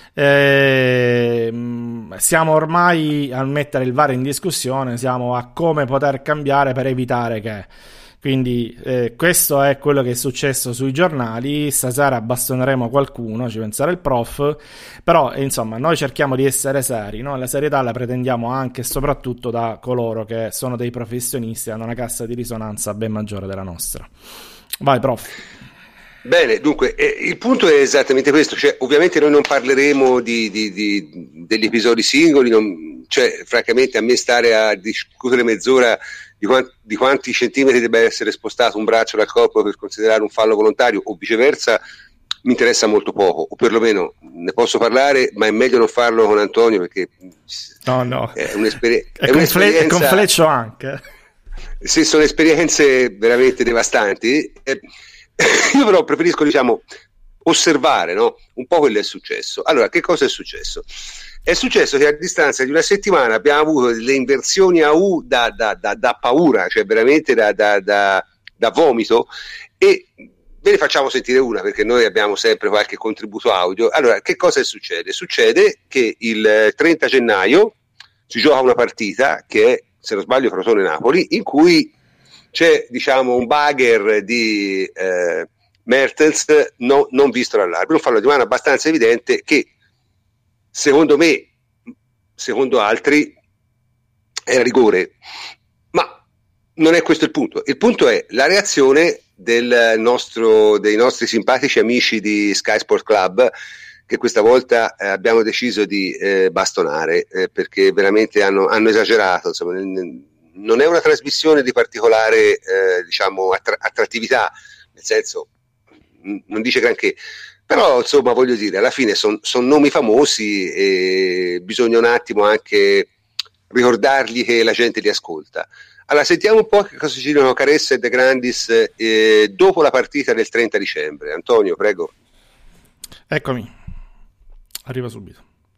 Eh, siamo ormai a mettere il V A R in discussione, siamo a come poter cambiare per evitare che... Quindi eh, questo è quello che è successo sui giornali. Stasera bastoneremo qualcuno, ci penserà il prof, però eh, insomma noi cerchiamo di essere seri, no? La serietà la pretendiamo anche e soprattutto da coloro che sono dei professionisti e hanno una cassa di risonanza ben maggiore della nostra. Vai prof. Bene, dunque eh, il punto è esattamente questo, cioè ovviamente noi non parleremo di, di, di, degli episodi singoli, non, cioè francamente a me stare a discutere mezz'ora di quanti, di quanti centimetri debba essere spostato un braccio dal corpo per considerare un fallo volontario o viceversa mi interessa molto poco, o perlomeno ne posso parlare, ma è meglio non farlo con Antonio perché no, no. è, un'esper- è, è un'esperienza... E con Fleccio anche. Sì, sono esperienze veramente devastanti. Eh, io però preferisco, diciamo, osservare, no? Un po' quello che è successo. Allora, che cosa è successo? È successo che a distanza di una settimana abbiamo avuto delle inversioni a U da, da, da, da paura, cioè veramente da, da, da, da vomito, e ve ne facciamo sentire una perché noi abbiamo sempre qualche contributo audio. Allora, che cosa succede? Succede che il trenta gennaio si gioca una partita che è se non sbaglio Crotone-Napoli, in cui c'è, diciamo, un bugger di eh, Mertens no, non visto dall'arbitro, un fallo di mano abbastanza evidente che secondo me, secondo altri, era rigore, ma non è questo il punto. Il punto è la reazione del nostro, dei nostri simpatici amici di Sky Sport Club, che questa volta eh, abbiamo deciso di eh, bastonare eh, perché veramente hanno, hanno esagerato, insomma, nel, non è una trasmissione di particolare eh, diciamo attra- attrattività, nel senso n- non dice granché, però insomma voglio dire, alla fine sono son nomi famosi e bisogna un attimo anche ricordargli che la gente li ascolta. Allora sentiamo un po' che cosa ci dicono Caressa e De Grandis eh, dopo la partita del trenta dicembre. Antonio, prego. Eccomi, arriva subito.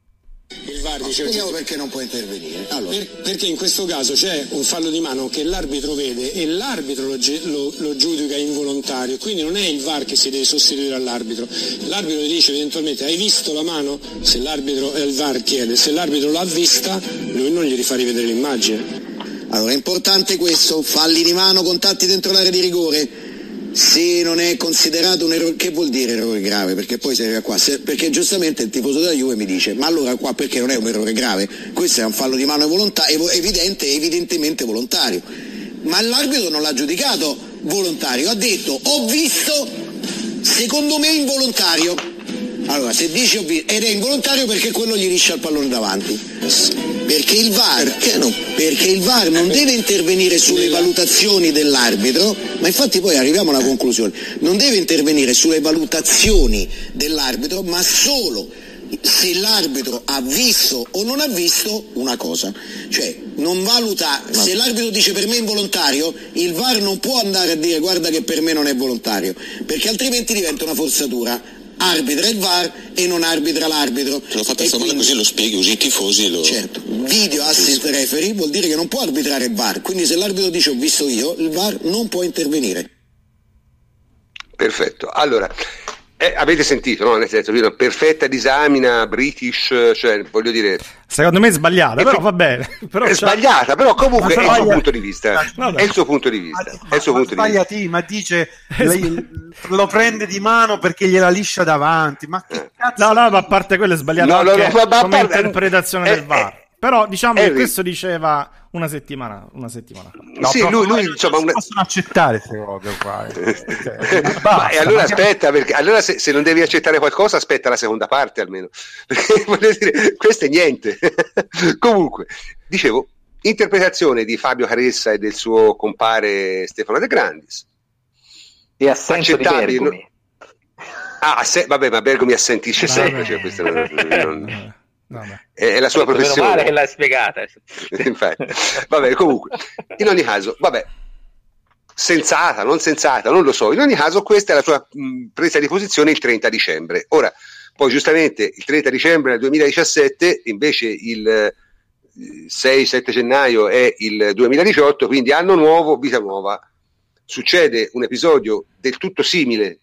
Il V A R dice Vediamo perché non può intervenire. Allora. Per, perché in questo caso c'è un fallo di mano che l'arbitro vede e l'arbitro lo, lo, lo giudica involontario, quindi non è il V A R che si deve sostituire all'arbitro. L'arbitro dice eventualmente: hai visto la mano? Se l'arbitro e il V A R chiede, se l'arbitro l'ha vista, lui non gli rifà rivedere l'immagine. Allora è importante questo, falli di mano, contatti dentro l'area di rigore. Se non è considerato un errore, che vuol dire errore grave? Perché poi si arriva qua, se, perché giustamente il tifoso della Juve mi dice: ma allora qua perché non è un errore grave? Questo è un fallo di mano volontario, evidente, evidentemente volontario. Ma l'arbitro non l'ha giudicato volontario, ha detto: ho visto, secondo me involontario. Allora, se dice ho visto, ed è involontario perché quello gli liscia il pallone davanti. Perché il V A R, perché, no? Perché il V A R non deve intervenire sulle valutazioni dell'arbitro, ma infatti poi arriviamo alla conclusione, non deve intervenire sulle valutazioni dell'arbitro, ma solo se l'arbitro ha visto o non ha visto una cosa. Cioè, non valuta, se l'arbitro dice per me è involontario, il V A R non può andare a dire guarda che per me non è volontario, perché altrimenti diventa una forzatura. Arbitra il V A R e non arbitra l'arbitro. Te l'ho fatta quindi, così lo spieghi, così i tifosi lo... Certo, video assist referee vuol dire che non può arbitrare il V A R, quindi se l'arbitro dice ho visto io, il V A R non può intervenire. Perfetto, allora eh, avete sentito, no? Nel senso, perfetta disamina British, cioè voglio dire, secondo me è sbagliata, però va bene. Però è c'ha... sbagliata, però comunque è il suo punto di vista. No, è il suo punto di vista. Ma, è il suo ma, punto ma di vista. Sbagliati, ma dice lei, lo prende di mano perché gliela liscia davanti. Ma che cazzo? No, no, ma a parte quello è sbagliato no, anche no, no, ma, come ma, interpretazione è, del V A R. È, però diciamo è, che questo diceva una settimana, una settimana fa. No, sì, lui, lui insomma, non una... possono accettare queste cose qua. Ma, e allora aspetta, perché allora se, se non devi accettare qualcosa, aspetta la seconda parte almeno. Perché voglio dire, questo è niente. Comunque, dicevo, interpretazione di Fabio Caressa e del suo compare Stefano De Grandis. E assenso di Bergomi. Ah, se... vabbè, ma Bergomi assentisce sempre, cioè, questo non, non... è, è la sua detto, professione. Meno male che l'ha spiegata. Infatti. Vabbè, comunque, in ogni caso, vabbè, sensata, non sensata, non lo so. In ogni caso, questa è la sua mh, presa di posizione il trenta dicembre. Ora, poi giustamente il trenta dicembre del duemiladiciassette, invece il sei sette gennaio è il duemiladiciotto, quindi anno nuovo, vita nuova. Succede un episodio del tutto simile,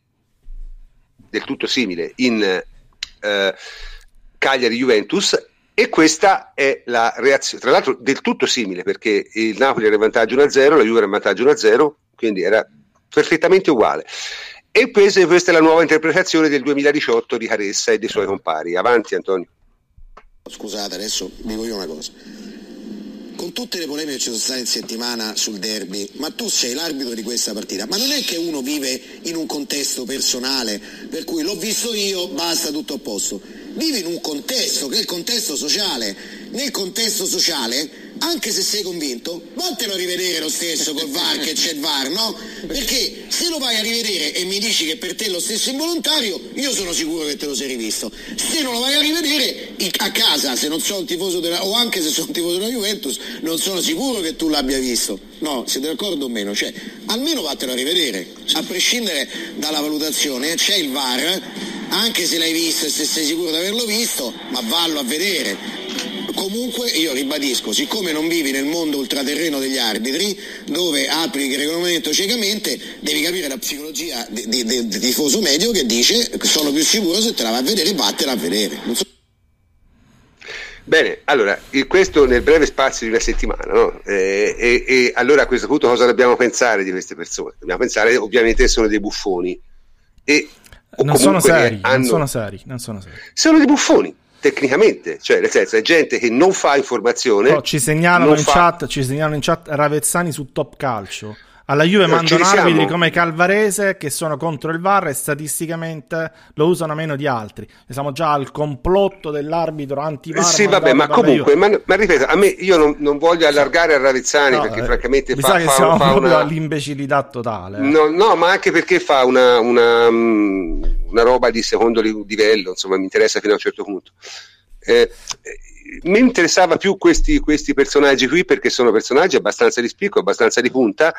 del tutto simile in eh, Cagliari-Juventus, e questa è la reazione, tra l'altro del tutto simile, perché il Napoli era in vantaggio uno a zero, la Juve era in vantaggio uno a zero, quindi era perfettamente uguale. E questa è la nuova interpretazione del duemiladiciotto di Caressa e dei suoi compari. Avanti, Antonio. Scusate, adesso dico io una cosa. Con tutte le polemiche che ci sono state in settimana sul derby, ma tu sei l'arbitro di questa partita, ma non è che uno vive in un contesto personale per cui l'ho visto io, basta, tutto a posto. Vivi in un contesto che è il contesto sociale. Nel contesto sociale, anche se sei convinto, vattelo a rivedere lo stesso col V A R, che c'è il V A R, no? Perché se lo vai a rivedere e mi dici che per te è lo stesso involontario, io sono sicuro che te lo sei rivisto. Se non lo vai a rivedere a casa, se non sono un tifoso della, o anche se sono un tifoso della Juventus, non sono sicuro che tu l'abbia visto. No, siete d'accordo o meno? Cioè, almeno vattelo a rivedere. A prescindere dalla valutazione, c'è il V A R, anche se l'hai visto e se sei sicuro di averlo visto, ma vallo a vedere. Comunque io ribadisco, siccome non vivi nel mondo ultraterreno degli arbitri, dove applichi il regolamento ciecamente, devi capire la psicologia del tifoso medio che dice sono più sicuro se te la vai a vedere, vattela a vedere. Non so... Bene, allora, questo nel breve spazio di una settimana, no? E, e, e allora a questo punto cosa dobbiamo pensare di queste persone? Dobbiamo pensare, ovviamente, sono dei buffoni. E, non sono seri, hanno... non sono seri, non sono seri. Sono dei buffoni, tecnicamente, cioè nel senso è gente che non fa informazione. Oh, ci segnalano in fa... chat, ci segnalano in chat Ravezzani su Top Calcio. Alla Juve no, mandano arbitri come Calvarese che sono contro il V A R e statisticamente lo usano meno di altri. Siamo già al complotto dell'arbitro anti-V A R. Sì, vabbè, ma comunque, ma, ma ripeto, a me io non, non voglio allargare a Ravezzani, no, perché eh, francamente mi fa, sa che fa, siamo fa proprio una... all'imbecillità totale. Eh. No, no, ma anche perché fa una, una, una roba di secondo livello, insomma, mi interessa fino a un certo punto. Eh, mi interessava più questi, questi personaggi qui perché sono personaggi abbastanza di spicco, abbastanza di punta,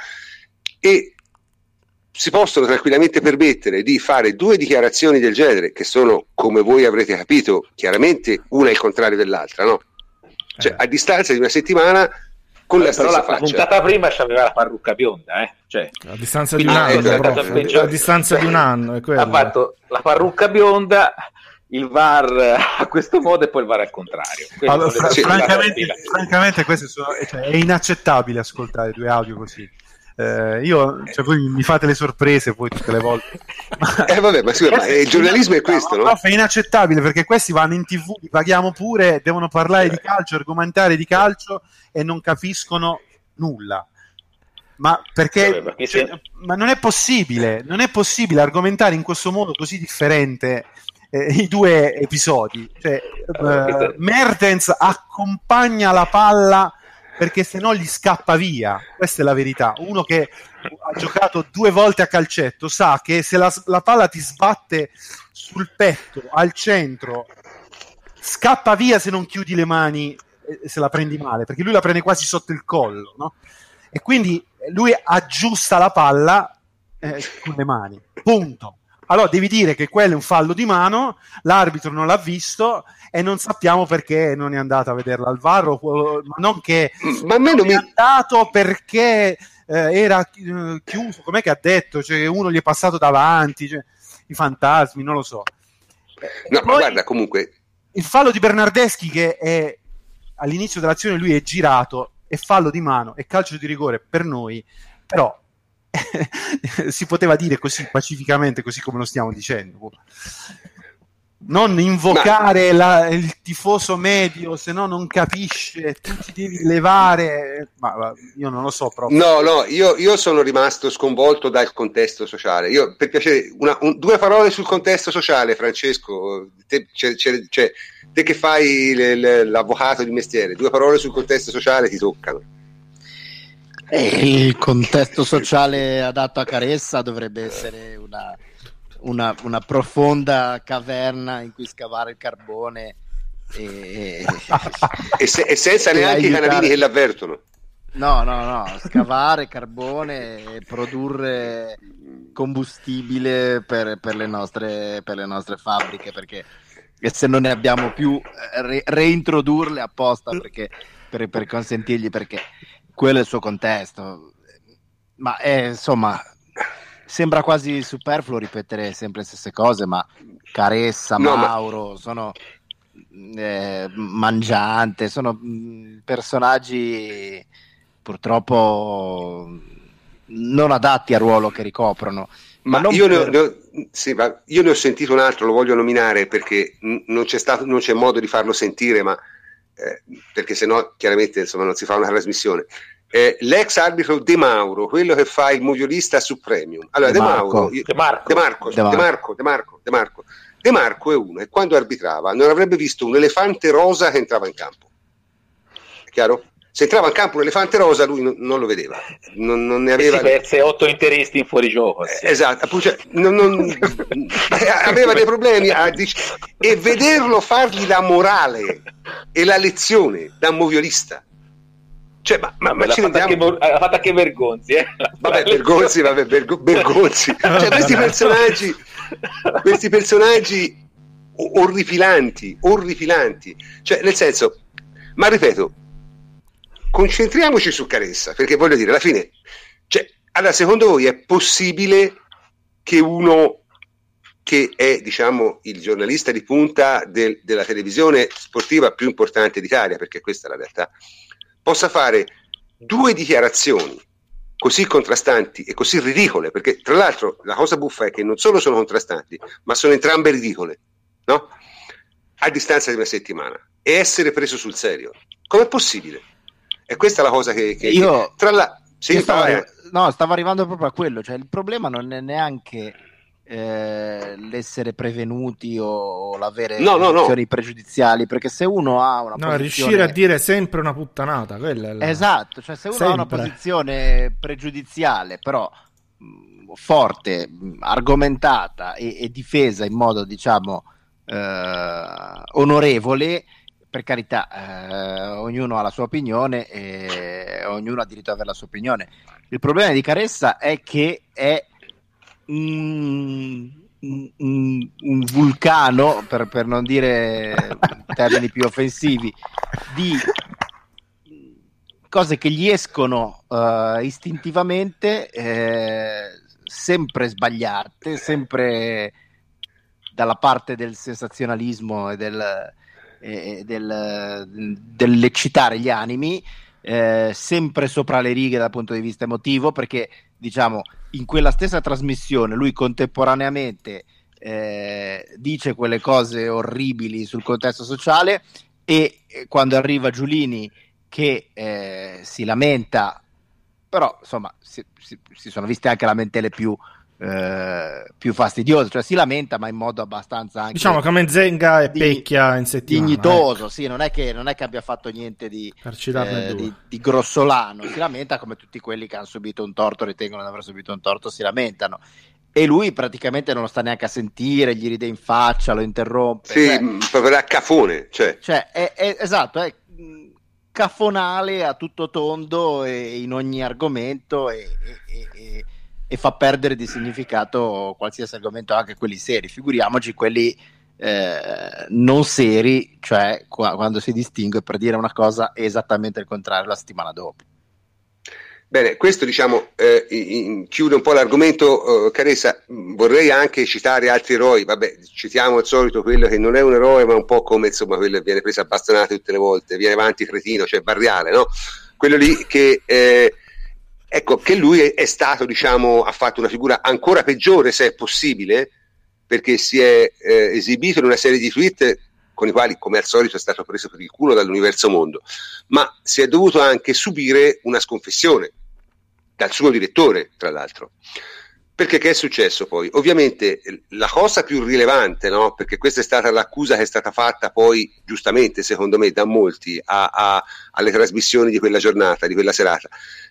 e si possono tranquillamente permettere di fare due dichiarazioni del genere che sono, come voi avrete capito, chiaramente una il contrario dell'altra, no? Cioè, a distanza di una settimana con la però stessa la, faccia. La puntata prima c'aveva la parrucca bionda, eh? Cioè, a distanza di un anno, proprio, a distanza di un anno è ha fatto la parrucca bionda, il V A R a questo modo e poi il V A R al contrario. Allora, fra- francamente, francamente questo sono, cioè, è inaccettabile ascoltare due audio così. Eh, io, cioè, voi mi fate le sorprese poi tutte le volte. Eh vabbè, ma, scusa, ma il giornalismo è questo, no? No, è inaccettabile perché questi vanno in tivù, li paghiamo pure, devono parlare di calcio, argomentare di calcio e non capiscono nulla. Ma perché, vabbè, perché cioè, se... ma non è possibile, non è possibile argomentare in questo modo così differente eh, i due episodi. Cioè, eh, Mertens accompagna la palla perché se no gli scappa via, questa è la verità. Uno che ha giocato due volte a calcetto sa che se la, la palla ti sbatte sul petto, al centro, scappa via se non chiudi le mani e se la prendi male, perché lui la prende quasi sotto il collo, no? E quindi lui aggiusta la palla eh, con le mani, punto. Allora devi dire che quello è un fallo di mano, l'arbitro non l'ha visto e non sappiamo perché non è andato a vederla al V A R, o, ma non che ma non non mi... è andato perché eh, era eh, chiuso, com'è che ha detto, cioè uno gli è passato davanti, cioè, i fantasmi, non lo so. No, ma guarda, comunque il fallo di Bernardeschi che è all'inizio dell'azione lui è girato, è fallo di mano, è calcio di rigore per noi, però si poteva dire così pacificamente, così come lo stiamo dicendo, non invocare ma... la, il tifoso medio, se no non capisce, tu ti devi levare, ma, ma io non lo so proprio. No, no, io, io sono rimasto sconvolto dal contesto sociale. Io, per piacere, una, un, due parole sul contesto sociale, Francesco, te, c'è, c'è, c'è, te che fai le, le, l'avvocato di mestiere, due parole sul contesto sociale ti toccano. Il contesto sociale adatto a Caressa dovrebbe essere una, una, una profonda caverna in cui scavare il carbone e, e, se, e senza e neanche aiutare... i canalini che l'avvertono. No, no, no, scavare carbone e produrre combustibile per, per, le nostre, per le nostre fabbriche, perché se non ne abbiamo più re, reintrodurle apposta perché, per, per consentirgli, perché quello è il suo contesto, ma è, insomma, sembra quasi superfluo ripetere sempre le stesse cose, ma Caressa, no, Mauro, ma... sono eh, Mangiante, sono mh, personaggi purtroppo non adatti al ruolo che ricoprono. Ma, ma io, per... ne ho, ne ho, sì, ma io ne ho sentito un altro, lo voglio nominare perché non c'è stato, non c'è modo di farlo sentire, ma Eh, perché sennò chiaramente insomma non si fa una trasmissione. Eh, l'ex arbitro De Mauro, quello che fa il moviolista su Premium. Allora De, De Mauro, io, De Marco, De Marco, De Marco, De Marco, De Marco, De Marco, De Marco è uno e quando arbitrava non avrebbe visto un elefante rosa che entrava in campo. È chiaro? Se entrava in campo un elefante rosa lui non, non lo vedeva, non, non ne aveva. E si perse otto interisti in fuorigioco. Sì. Eh, esatto, appunto, cioè, non, non, aveva dei problemi a, e vederlo fargli la morale e la lezione da moviolista. Cioè, ma, ma, ma l'ha, ci fatta rendiamo... anche, l'ha fatta anche Bergonzi, eh? Vabbè, Bergonzi, vabbè, Bergo, Bergonzi. Cioè, questi personaggi, questi personaggi orripilanti, orripilanti. Cioè, nel senso, ma ripeto, concentriamoci su Caressa, perché voglio dire, alla fine, cioè, allora, secondo voi è possibile che uno che che è, diciamo, il giornalista di punta del, della televisione sportiva più importante d'Italia, perché questa è la realtà, possa fare due dichiarazioni così contrastanti e così ridicole, perché tra l'altro la cosa buffa è che non solo sono contrastanti, ma sono entrambe ridicole, no? A distanza di una settimana, e essere preso sul serio. Com'è possibile? E questa è la cosa che, che io che, tra la sì, io stavo, vai, arri- no, stavo arrivando proprio a quello, cioè il problema non è neanche eh, l'essere prevenuti o, o l'avere no, no, posizioni no. pregiudiziali, perché se uno ha una No, posizione... riuscire a dire sempre una puttanata, quella è la... Esatto, cioè se uno sempre. ha una posizione pregiudiziale, però mh, forte, mh, argomentata e, e difesa in modo, diciamo, eh, onorevole, per carità, eh, ognuno ha la sua opinione e ognuno ha diritto ad avere la sua opinione. Il problema di Caressa è che è un, un, un vulcano, per, per non dire termini più offensivi, di cose che gli escono uh, istintivamente, eh, sempre sbagliate, sempre dalla parte del sensazionalismo e del, e del, dell'eccitare gli animi, eh, sempre sopra le righe dal punto di vista emotivo, perché diciamo in quella stessa trasmissione lui contemporaneamente eh, dice quelle cose orribili sul contesto sociale, e quando arriva Giulini che eh, si lamenta, però insomma si, si, si sono viste anche lamentele più eh, più fastidiose, cioè si lamenta ma in modo abbastanza anche, diciamo, come Zenga e di, Pecchia in settimana, dignitoso, ecco. Sì, non è che non è che abbia fatto niente di, per citarne eh, due. di, di grossolano, si lamenta come tutti quelli che hanno subito un torto, ritengono di aver subito un torto, si lamentano, e lui praticamente non lo sta neanche a sentire, gli ride in faccia, lo interrompe, Sì, cioè, proprio da cafone, cioè, cioè è, è, esatto, è cafonale a tutto tondo e in ogni argomento, e, e, e, e fa perdere di significato qualsiasi argomento, anche quelli seri, figuriamoci quelli eh, non seri, cioè qua, quando si distingue per dire una cosa esattamente il contrario la settimana dopo. Bene, questo diciamo eh, in, chiude un po' l'argomento. eh, Caressa, vorrei anche citare altri eroi. Vabbè, citiamo al solito quello che non è un eroe, ma un po' come, insomma, quello che viene preso a bastonate tutte le volte, viene avanti cretino, cioè Barriale, no? Quello lì che eh, ecco, che lui è, è stato, diciamo, ha fatto una figura ancora peggiore, se è possibile, perché si è eh, esibito in una serie di tweet con i quali, come al solito, è stato preso per il culo dall'universo mondo, ma si è dovuto anche subire una sconfissione dal suo direttore, tra l'altro. Perché che è successo poi? Ovviamente la cosa più rilevante, no? Perché questa è stata l'accusa che è stata fatta poi, giustamente, secondo me, da molti a, a, alle trasmissioni di quella giornata, di quella serata.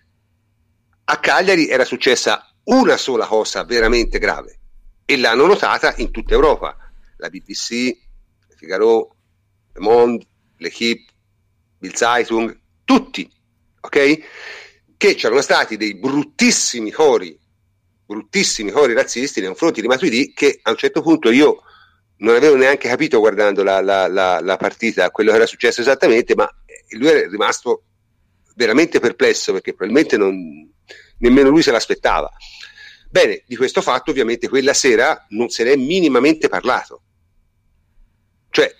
A Cagliari era successa una sola cosa veramente grave, e l'hanno notata in tutta Europa. La B B C, Figaro, Le Monde, L'Equipe, Bild Zeitung, tutti, ok? Che c'erano stati dei bruttissimi cori, bruttissimi cori razzisti nei confronti di Matuidi, che a un certo punto io non avevo neanche capito, guardando la, la, la, la partita, quello che era successo esattamente, ma lui è rimasto veramente perplesso, perché probabilmente non, nemmeno lui se l'aspettava. Bene, di questo fatto ovviamente quella sera non se ne è minimamente parlato, cioè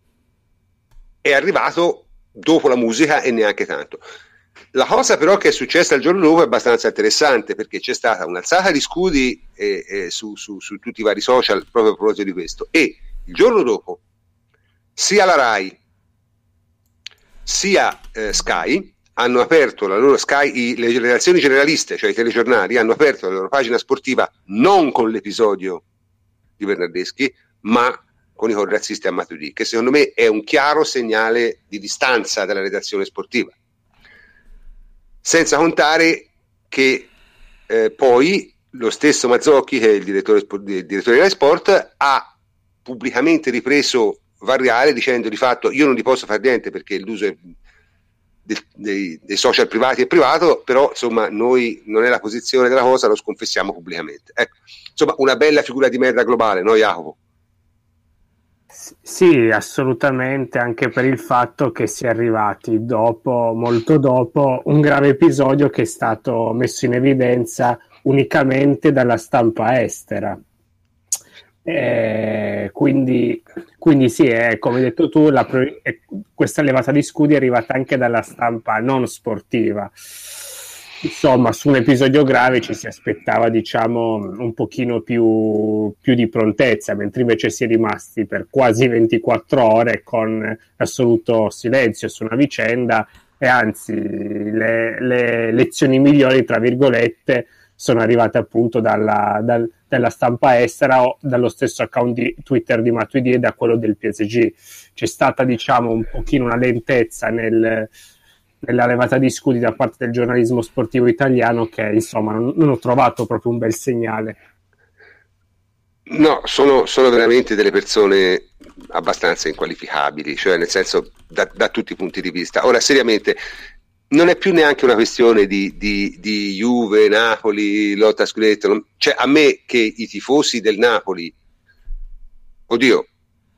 è arrivato dopo la musica e neanche tanto. La cosa però che è successa il giorno dopo è abbastanza interessante, perché c'è stata un'alzata di scudi eh, eh, su, su, su tutti i vari social proprio a proposito di questo, e il giorno dopo sia la Rai sia eh, Sky hanno aperto la loro Sky, i, le redazioni generaliste, cioè i telegiornali, hanno aperto la loro pagina sportiva non con l'episodio di Bernardeschi, ma con i cori razzisti a Matuidi, che secondo me è un chiaro segnale di distanza dalla redazione sportiva. Senza contare che eh, poi lo stesso Mazzocchi, che è il direttore, il direttore della Sport, ha pubblicamente ripreso Barriale dicendo di fatto: io non gli posso fare niente perché l'uso è dei, dei, dei social privati è privato, però insomma noi non è la posizione della cosa, lo sconfessiamo pubblicamente. Ecco, insomma, una bella figura di merda globale, no Jacopo? Sì, assolutamente, anche per il fatto che si è arrivati dopo, molto dopo, un grave episodio che è stato messo in evidenza unicamente dalla stampa estera. Eh, quindi, quindi sì, è, come hai detto tu, la, è, questa levata di scudi è arrivata anche dalla stampa non sportiva. Insomma, su un episodio grave ci si aspettava, diciamo, un pochino più, più di prontezza, mentre invece si è rimasti per quasi ventiquattro ore con assoluto silenzio su una vicenda, e anzi le, le lezioni migliori, tra virgolette, sono arrivate appunto dalla, dal, dalla stampa estera o dallo stesso account di Twitter di Matuidi e da quello del P S G. C'è stata, diciamo, un pochino una lentezza nel... nella levata di scudi da parte del giornalismo sportivo italiano che, insomma, non, non ho trovato proprio un bel segnale. No, sono, sono veramente delle persone abbastanza inqualificabili, cioè nel senso da, da tutti i punti di vista. Ora, seriamente, non è più neanche una questione di, di, di Juve, Napoli, lotta a scudetto, non, cioè a me che i tifosi del Napoli, oddio,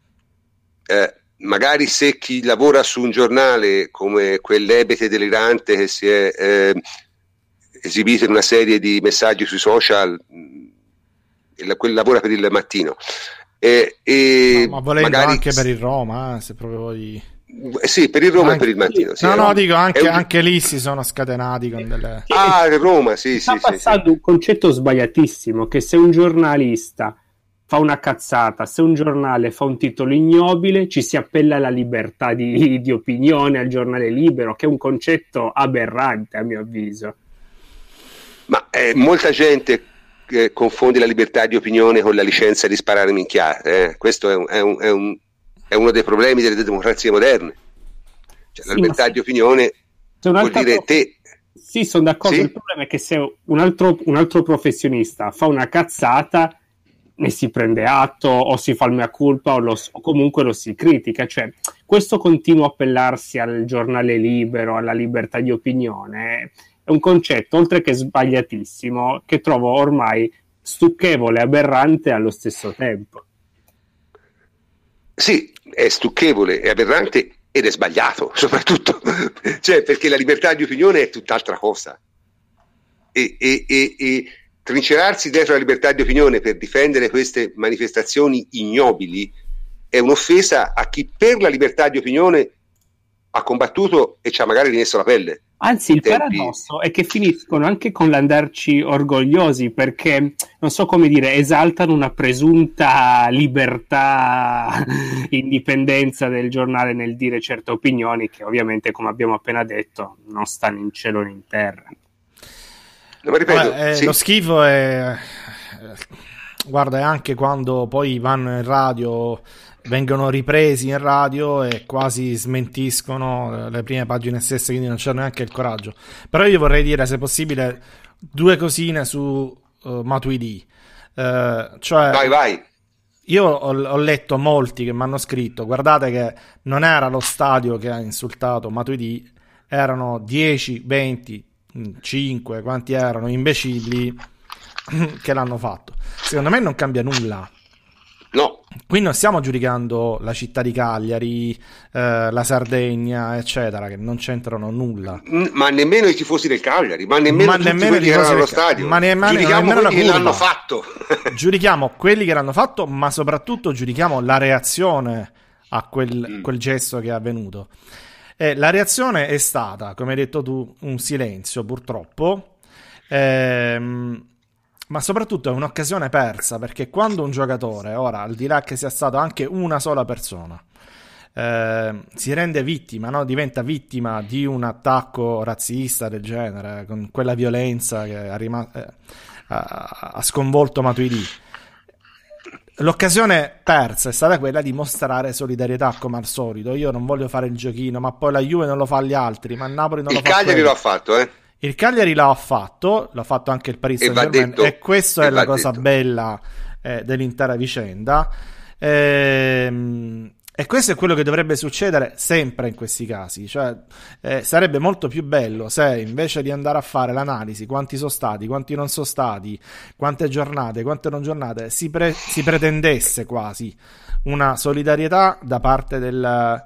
eh, magari se chi lavora su un giornale come quell'ebete delirante che si è eh, esibito in una serie di messaggi sui social, eh, quel lavora per il mattino, eh, e no, ma volendo magari anche per il Roma, eh, se proprio vuoi... eh, sì, per il Roma anche... e per il mattino, sì, no no eh. dico anche, un... anche lì si sono scatenati con delle... ah, Roma, sì, sta sì, passando sì, un concetto sbagliatissimo, che se un giornalista fa una cazzata, se un giornale fa un titolo ignobile, ci si appella alla libertà di, di opinione, al giornale libero, che è un concetto aberrante a mio avviso. Ma eh, molta gente eh, confonde la libertà di opinione con la licenza di sparare minchiate, eh. Questo è, un, è, un, è, un, è uno dei problemi delle democrazie moderne, cioè, la sì, libertà se... di opinione vuol dire prof... te. Sì, sono d'accordo, sì? Il problema è che se un altro, un altro professionista fa una cazzata, ne si prende atto o si fa il mea culpa o, lo, o comunque lo si critica, cioè questo continuo appellarsi al giornale libero, alla libertà di opinione è un concetto, oltre che sbagliatissimo, che trovo ormai stucchevole e aberrante allo stesso tempo. Sì, è stucchevole, è aberrante ed è sbagliato soprattutto, cioè perché la libertà di opinione è tutt'altra cosa e, e, e, e trincerarsi dietro la libertà di opinione per difendere queste manifestazioni ignobili è un'offesa a chi per la libertà di opinione ha combattuto e ci ha magari rimesso la pelle. Anzi, il tempi... paradosso è che finiscono anche con l'andarci orgogliosi perché, non so come dire, esaltano una presunta libertà, indipendenza del giornale nel dire certe opinioni che ovviamente, come abbiamo appena detto, non stanno in cielo né in terra. No, ma ripeto, Vabbè, eh, sì. Lo schifo è... Guarda, è anche quando poi vanno in radio, vengono ripresi in radio e quasi smentiscono le prime pagine stesse, quindi non c'è neanche il coraggio. Però io vorrei dire, se possibile, due cosine su uh, Matuidi. Uh, cioè, vai, vai. Io ho, ho letto molti che mi hanno scritto, guardate che non era lo stadio che ha insultato Matuidi, erano dieci, venti, cinque, quanti erano, imbecilli che l'hanno fatto. Secondo me non cambia nulla. No. Qui non stiamo giudicando la città di Cagliari, eh, la Sardegna, eccetera, che non c'entrano nulla. Ma nemmeno i tifosi del Cagliari, ma nemmeno ma tutti nemmeno quelli che erano allo del... stadio. Ma nemmeno, giudichiamo nemmeno quelli che curva. l'hanno fatto. Giudichiamo quelli che l'hanno fatto, ma soprattutto giudichiamo la reazione a quel, mm. quel gesto che è avvenuto. Eh, la reazione è stata, come hai detto tu, un silenzio, purtroppo. Ehm... Ma soprattutto è un'occasione persa, perché quando un giocatore, ora al di là che sia stato anche una sola persona, eh, si rende vittima, no? Diventa vittima di un attacco razzista del genere, con quella violenza che ha, rim- eh, ha, ha sconvolto Matuidi, l'occasione persa è stata quella di mostrare solidarietà come al solito. Io non voglio fare il giochino, ma poi la Juve non lo fa agli altri, ma il Napoli non il lo fa. Il Cagliari quello. lo ha fatto, eh. Il Cagliari l'ha fatto, l'ha fatto anche il Paris Saint-Germain, e, e questa è la cosa detto. bella eh, dell'intera vicenda. Ehm, e questo è quello che dovrebbe succedere sempre in questi casi. Cioè, eh, sarebbe molto più bello se invece di andare a fare l'analisi, quanti sono stati, quanti non sono stati, quante giornate, quante non giornate, si, pre- si pretendesse quasi una solidarietà da parte del...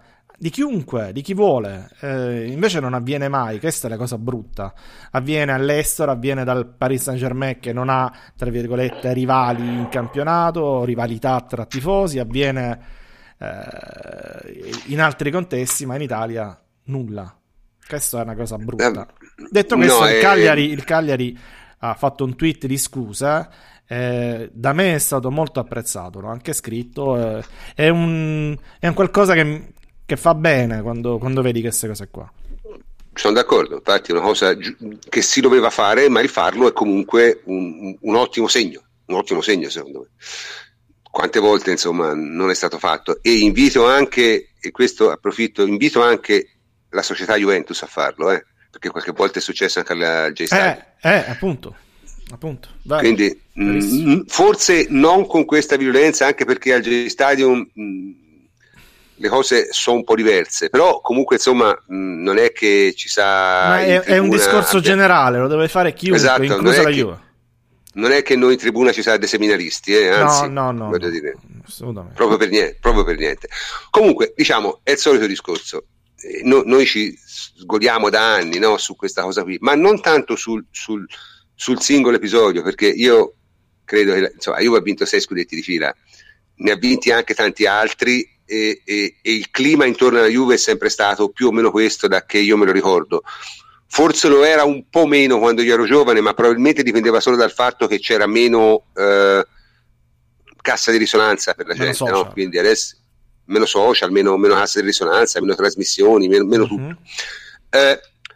di chiunque, di chi vuole. Eh, invece non avviene mai, questa è la cosa brutta. Avviene all'estero, avviene dal Paris Saint-Germain che non ha, tra virgolette, rivali in campionato, rivalità tra tifosi, avviene eh, in altri contesti, ma in Italia nulla. Questa è una cosa brutta. Detto questo, no, il, Cagliari, il Cagliari ha fatto un tweet di scusa. Eh, da me è stato molto apprezzato, l'ho anche scritto. Eh, è, un, è un qualcosa che, che fa bene quando, quando vedi queste cose qua. Sono d'accordo, infatti è una cosa che si doveva fare, ma il farlo è comunque un, un ottimo segno, un ottimo segno secondo me. Quante volte insomma non è stato fatto, e invito anche, e questo approfitto, invito anche la società Juventus a farlo, eh, perché qualche volta è successo anche al J-Stadium. Eh, eh, appunto. Appunto, vai. Quindi mh, forse non con questa violenza, anche perché al J-Stadium mh, le cose sono un po' diverse, però comunque insomma mh, non è che ci sa. Ma è, è un discorso abbia... generale, lo deve fare chiunque, esatto, inclusa la Juve. Non è che noi in tribuna ci sa dei seminaristi, eh, anzi, no, no, no, voglio no, dire, assolutamente. Proprio per niente, proprio per niente. Comunque, diciamo, è il solito discorso. Eh, no, noi ci sgodiamo da anni, no, su questa cosa qui, ma non tanto sul, sul sul singolo episodio, perché io credo che insomma, la Juve ha vinto sei scudetti di fila, ne ha vinti anche tanti altri, e, e, e il clima intorno alla Juve è sempre stato più o meno questo da che io me lo ricordo. Forse lo era un po' meno quando io ero giovane, ma probabilmente dipendeva solo dal fatto che c'era meno eh, cassa di risonanza per la meno gente, no? Quindi adesso meno social, meno, meno cassa di risonanza, meno trasmissioni, meno, meno mm-hmm. tutto. Eh,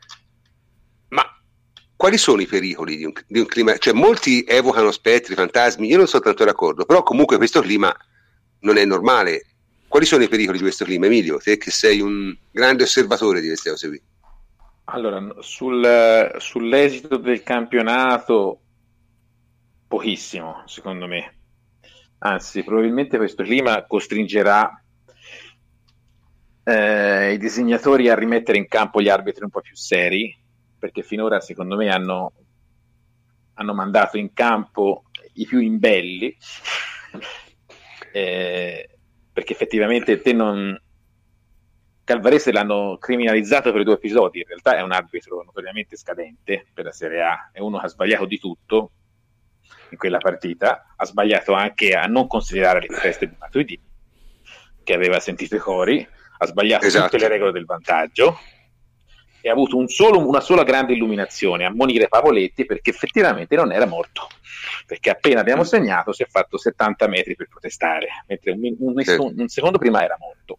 Quali sono i pericoli di un, di un clima? Cioè, molti evocano spettri, fantasmi, io non sono tanto d'accordo, però comunque questo clima non è normale. Quali sono i pericoli di questo clima, Emilio? Te che sei un grande osservatore di queste cose qui. Allora, sul, sull'esito del campionato, pochissimo, secondo me. Anzi, probabilmente questo clima costringerà eh, i disegnatori a rimettere in campo gli arbitri un po' più seri, perché finora secondo me hanno, hanno mandato in campo i più imbelli, eh, perché effettivamente te non Calvarese l'hanno criminalizzato per due episodi, in realtà è un arbitro notoriamente scadente per la Serie A, è uno che ha sbagliato di tutto in quella partita, ha sbagliato anche a non considerare le proteste di Matuidi, che aveva sentito i cori, ha sbagliato esatto. tutte le regole del vantaggio, e ha avuto un solo, una sola grande illuminazione, ammonire Pavoletti, perché effettivamente non era morto, perché appena abbiamo segnato si è fatto settanta metri per protestare, mentre un, un, un, un secondo prima era morto.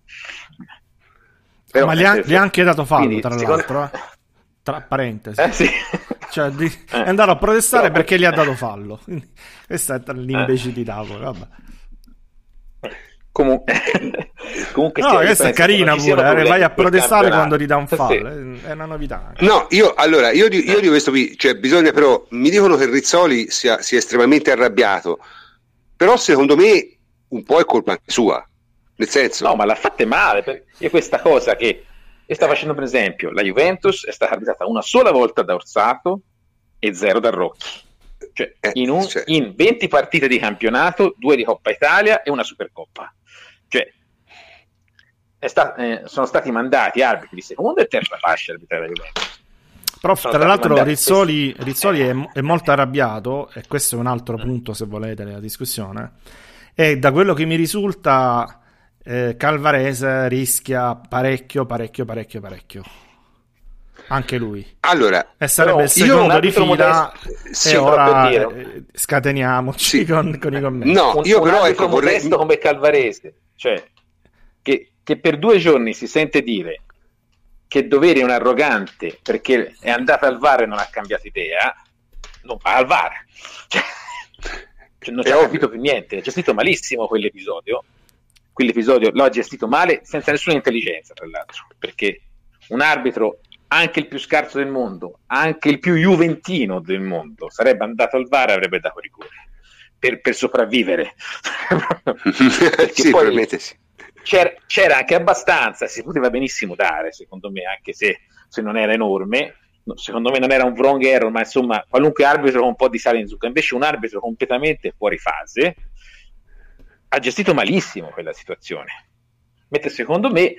Però, ma gli ha, gli ha anche dato fallo, quindi, tra secondo... l'altro, eh? Tra parentesi, eh, sì. Cioè, di, eh. è andato a protestare no, perché gli ha dato fallo. Questa è l'imbecillità, eh. Vabbè. Comunque, comunque no, questa è carina pure, eh, vai a protestare quando ti dà un fallo, sì. È una novità. No, io allora, io di, io di questo qui, cioè bisogna però, mi dicono che Rizzoli sia, sia estremamente arrabbiato, però secondo me un po' è colpa anche sua, nel senso... No, ma l'ha fatta male, perché questa cosa che sta facendo, per esempio, la Juventus è stata arbitrata una sola volta da Orsato e zero da Rocchi. Cioè, eh, in, un, cioè. in venti partite di campionato, due di Coppa Italia e una Supercoppa. Cioè, è sta, eh, sono stati mandati arbitri di seconda e terza fascia arbitrare la Juventus. Però sono tra l'altro Rizzoli, Rizzoli è, è molto arrabbiato, e questo è un altro punto, se volete, della discussione. E da quello che mi risulta, eh, Calvarese rischia parecchio, parecchio, parecchio, parecchio. Anche lui. Allora, e sarebbe il secondo di fila modesto, e sì, ora eh, scateniamoci sì. con, con i commenti. No, un, io un però ecco, vorrei... come Calvarese, cioè che, che per due giorni si sente dire che Doveri è un arrogante perché è andato al V A R e non ha cambiato idea, non va al V A R. Cioè, cioè non ci ha capito più niente, ha gestito malissimo quell'episodio. Quell'episodio l'ha gestito male senza nessuna intelligenza, tra l'altro, perché un arbitro, anche il più scarso del mondo, anche il più juventino del mondo, sarebbe andato al V A R e avrebbe dato rigore per, per sopravvivere. Sì, poi probabilmente sì. C'era, c'era anche abbastanza, si poteva benissimo dare, secondo me, anche se, se non era enorme. Secondo me non era un wrong error, ma insomma qualunque arbitro con un po' di sale in zucca. Invece un arbitro completamente fuori fase ha gestito malissimo quella situazione, mentre secondo me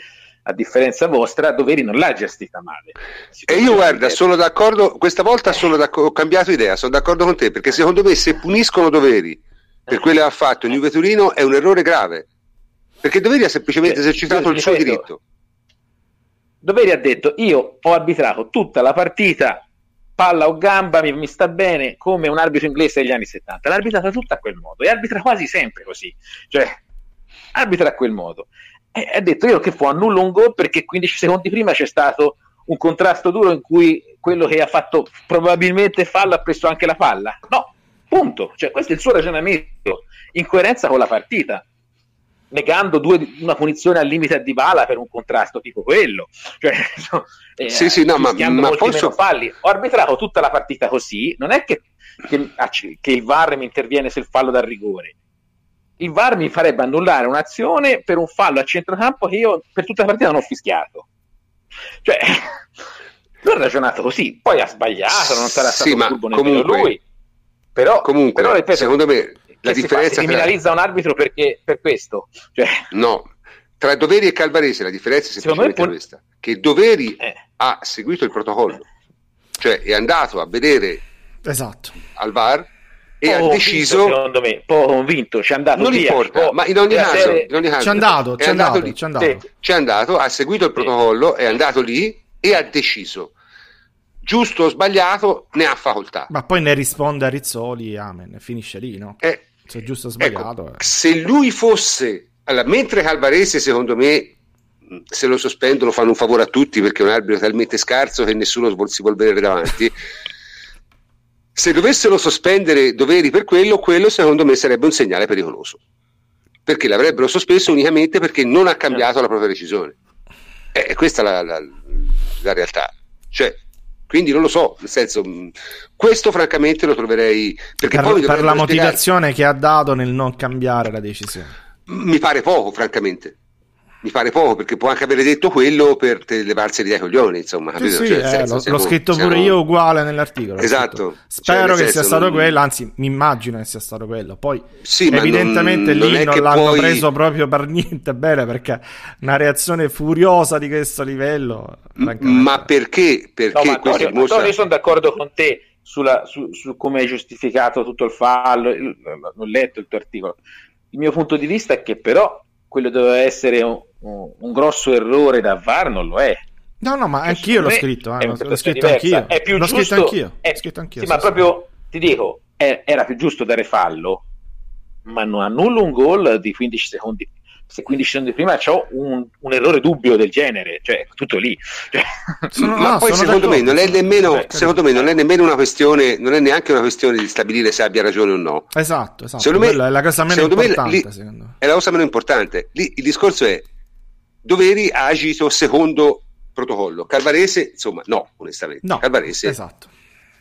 a differenza vostra, Doveri non l'ha gestita male. E io guarda, sono d'accordo, questa volta sono d'accordo, ho cambiato idea, sono d'accordo con te, perché secondo me se puniscono Doveri per quello che ha fatto in Juve Torino è un errore grave, perché Doveri ha semplicemente esercitato il suo diritto. Doveri ha detto: io ho arbitrato tutta la partita, palla o gamba, mi, mi sta bene, come un arbitro inglese degli anni settanta. L'ha arbitrata tutta a quel modo e arbitra quasi sempre così, cioè arbitra a quel modo. E ha detto: io che fu annullo un gol perché quindici secondi prima c'è stato un contrasto duro in cui quello che ha fatto probabilmente fallo ha preso anche la palla. No, punto. Cioè, questo è il suo ragionamento, in coerenza con la partita, negando due, una punizione al limite a Dybala per un contrasto tipo quello, cioè, eh, sì, sì, no, ma, ma forse... falli. Ho arbitrato tutta la partita così, non è che, che, che il V A R mi interviene se il fallo dal rigore, il V A R mi farebbe annullare un'azione per un fallo a centrocampo che io per tutta la partita non ho fischiato, cioè lui ha ragionato così, poi ha sbagliato, non sarà stato sì, furbo nemmeno lui, però, comunque, però ripeto, secondo me la che differenza si, fa, si criminalizza tra... un arbitro perché per questo, cioè... no, tra Doveri e Calvarese la differenza è semplicemente pur... questa, che Doveri eh. ha seguito il protocollo, cioè è andato a vedere esatto al V A R e po' ha deciso, convinto, secondo me, po' convinto, ci è andato non via, importa, po', ma in ogni caso, serie... in ogni caso c'è andato, c'è andato, andato lì, c'è andato, sì. c'è andato, ha seguito il protocollo, sì. È andato lì e ha deciso. Giusto o sbagliato, ne ha facoltà. Ma poi ne risponde a Rizzoli, amen, finisce lì, no? Eh, se è giusto o sbagliato. Ecco, eh. Se lui fosse... Allora, mentre Calvarese, secondo me, se lo sospendono fanno un favore a tutti, perché è un arbitro talmente scarso che nessuno si vuol vedere davanti. Se dovessero sospendere Doveri per quello, quello secondo me sarebbe un segnale pericoloso. Perché l'avrebbero sospeso unicamente perché non ha cambiato la propria decisione. E eh, questa è la, la, la realtà. Cioè... Quindi non lo so, nel senso, questo francamente lo troverei... Perché per, poi per la motivazione spiegare... che ha dato nel non cambiare la decisione. Mi pare poco, francamente. Mi pare poco, perché può anche aver detto quello per levarseli dai coglioni, insomma. Sì, sì, cioè, eh, senso, l'ho, siamo, l'ho scritto siamo... pure io uguale nell'articolo. Esatto. Spero cioè, che senso, sia stato non... quello, anzi mi immagino che sia stato quello. Poi sì, evidentemente non, lì non, non l'hanno poi... preso proprio per niente bene, perché una reazione furiosa di questo livello... Ma perché? Perché no, ma questo Antonio, dimostra... Antonio, io sono d'accordo con te sulla, su, su come hai giustificato tutto il fallo, l'ho letto il tuo articolo. Il mio punto di vista è che però quello doveva essere un, un, un grosso errore da V A R, non lo è. No, no, ma cioè, anch'io l'ho scritto, eh, l'ho scritto diversa. anch'io. È più l'ho giusto, scritto anch'io. È, scritto anch'io sì, sì, ma sì. proprio, ti dico, è, era più giusto dare fallo, ma non annullo un gol di quindici secondi. Se quindici secondi prima c'ho un, un errore dubbio del genere, cioè tutto lì. Cioè, sono, ma no, poi secondo me non è nemmeno cioè, secondo me non è nemmeno una questione, non è neanche una questione di stabilire se abbia ragione o no. Esatto, esatto. Secondo me è la cosa meno importante, lì, secondo me. È la cosa meno importante. Lì il discorso è Doveri ha agito secondo protocollo. Calvarese, insomma, no, onestamente. No, Calvarese esatto.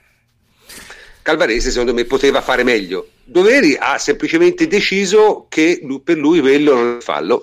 Calvarese secondo me poteva fare meglio. Doveri ha semplicemente deciso che per lui quello non è fallo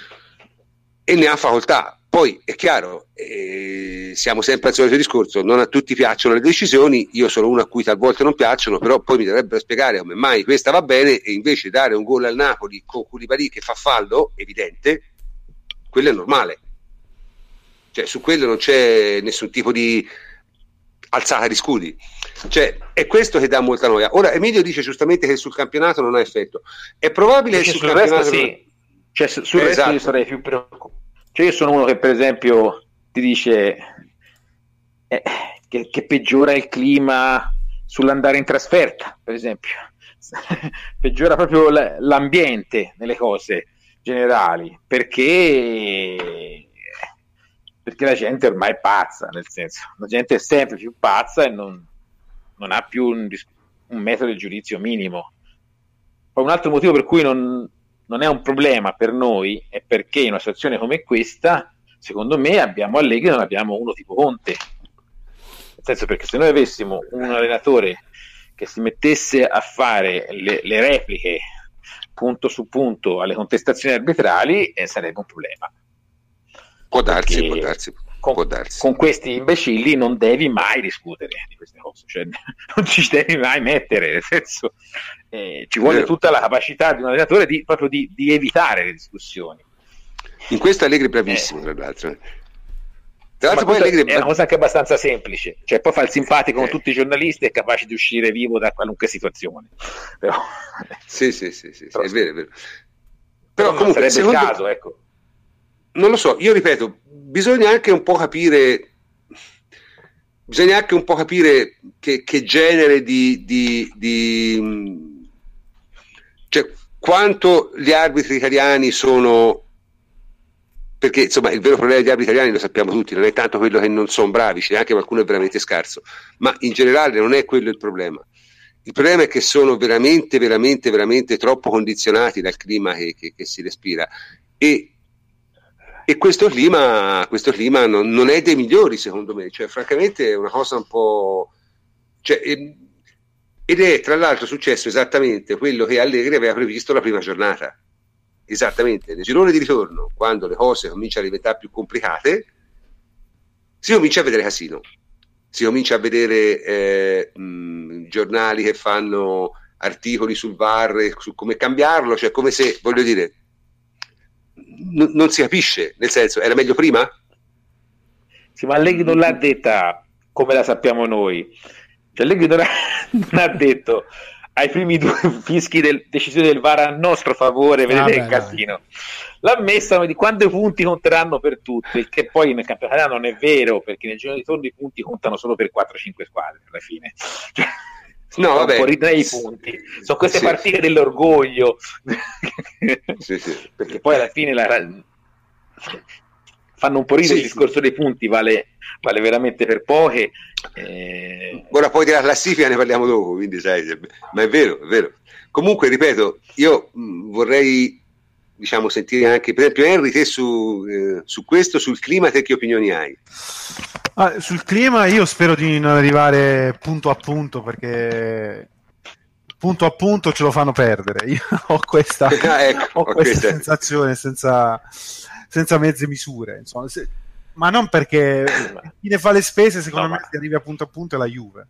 e ne ha facoltà. Poi è chiaro, eh, siamo sempre al solito discorso, non a tutti piacciono le decisioni, io sono uno a cui talvolta non piacciono, però poi mi dovrebbero spiegare come mai questa va bene e invece dare un gol al Napoli con Koulibaly che fa fallo, evidente, quello è normale. Cioè su quello non c'è nessun tipo di alzata di scudi. Cioè, è questo che dà molta noia. Ora Emilio dice giustamente che sul campionato non ha effetto. È probabile che sul, sul campionato resto, non... sì. Cioè, sul esatto. resto io sarei più preoccupato. Cioè, io sono uno che per esempio ti dice eh, che, che peggiora il clima sull'andare in trasferta, per esempio. Peggiora proprio l'ambiente nelle cose generali, perché perché la gente ormai è pazza, nel senso, la gente è sempre più pazza e non, non ha più un, un metodo di giudizio minimo. Poi un altro motivo per cui non, non è un problema per noi è perché in una situazione come questa, secondo me, abbiamo Allegri e non abbiamo uno tipo Conte. Nel senso, perché se noi avessimo un allenatore che si mettesse a fare le, le repliche punto su punto alle contestazioni arbitrali, eh, sarebbe un problema. Può darsi, può darsi, con, può darsi. Con questi imbecilli non devi mai discutere di queste cose, cioè non ci devi mai mettere, nel senso eh, ci vuole tutta la capacità di un allenatore di, proprio di, di evitare le discussioni. In questo Allegri è bravissimo, eh. tra l'altro. Tra l'altro poi Allegri è una cosa anche abbastanza semplice, cioè poi fa il simpatico con eh. tutti i giornalisti e è capace di uscire vivo da qualunque situazione. Però sì, sì, sì, sì, però, sì, è vero, è vero. Però, però comunque non sarebbe il caso, ecco. Non lo so, io ripeto, bisogna anche un po' capire bisogna anche un po' capire che, che genere di, di, di cioè quanto gli arbitri italiani sono, perché insomma il vero problema degli arbitri italiani lo sappiamo tutti, non è tanto quello che non sono bravi, c'è anche qualcuno è veramente scarso, ma in generale non è quello il problema. Il problema è che sono veramente, veramente, veramente troppo condizionati dal clima che, che, che si respira e, e questo clima, questo clima non, non è dei migliori secondo me, cioè francamente è una cosa un po'... Cioè, ed è tra l'altro successo esattamente quello che Allegri aveva previsto la prima giornata. Esattamente, nel girone di ritorno, quando le cose cominciano a diventare più complicate, si comincia a vedere casino, si comincia a vedere eh, mh, giornali che fanno articoli sul V A R, su come cambiarlo, cioè come se, voglio dire, n- non si capisce, nel senso, era meglio prima? Sì, ma Allegri non l'ha detta come la sappiamo noi, cioè Allegri non ha, non ha detto ai primi due fischi del decisione del V A R a nostro favore, vedete il casino. L'ha messa di quando i punti conteranno per tutti, che poi nel campionato non è vero, perché nel giorno di ritorno i punti contano solo per quattro cinque squadre alla fine. Cioè, no, vabbè. Un po' ridere i punti. Sono queste sì, partite dell'orgoglio. Sì, sì. Perché poi alla fine la... fanno un po' ridere, sì, il discorso dei punti vale, vale veramente per poche. Eh... Ora poi della classifica ne parliamo dopo, quindi sai, ma è vero, è vero. Comunque, ripeto, io mh, vorrei, diciamo, sentire anche, per esempio, Henry, te su, eh, su questo, sul clima, te che opinioni hai? Ah, sul clima io spero di non arrivare punto a punto, perché punto a punto ce lo fanno perdere. Io ho questa, ah, ecco, ho questa okay, sensazione senza, senza mezze misure, insomma. Se, ma non perché chi ne fa le spese, secondo no, me, ma... si arriva a punto a punto è la Juve.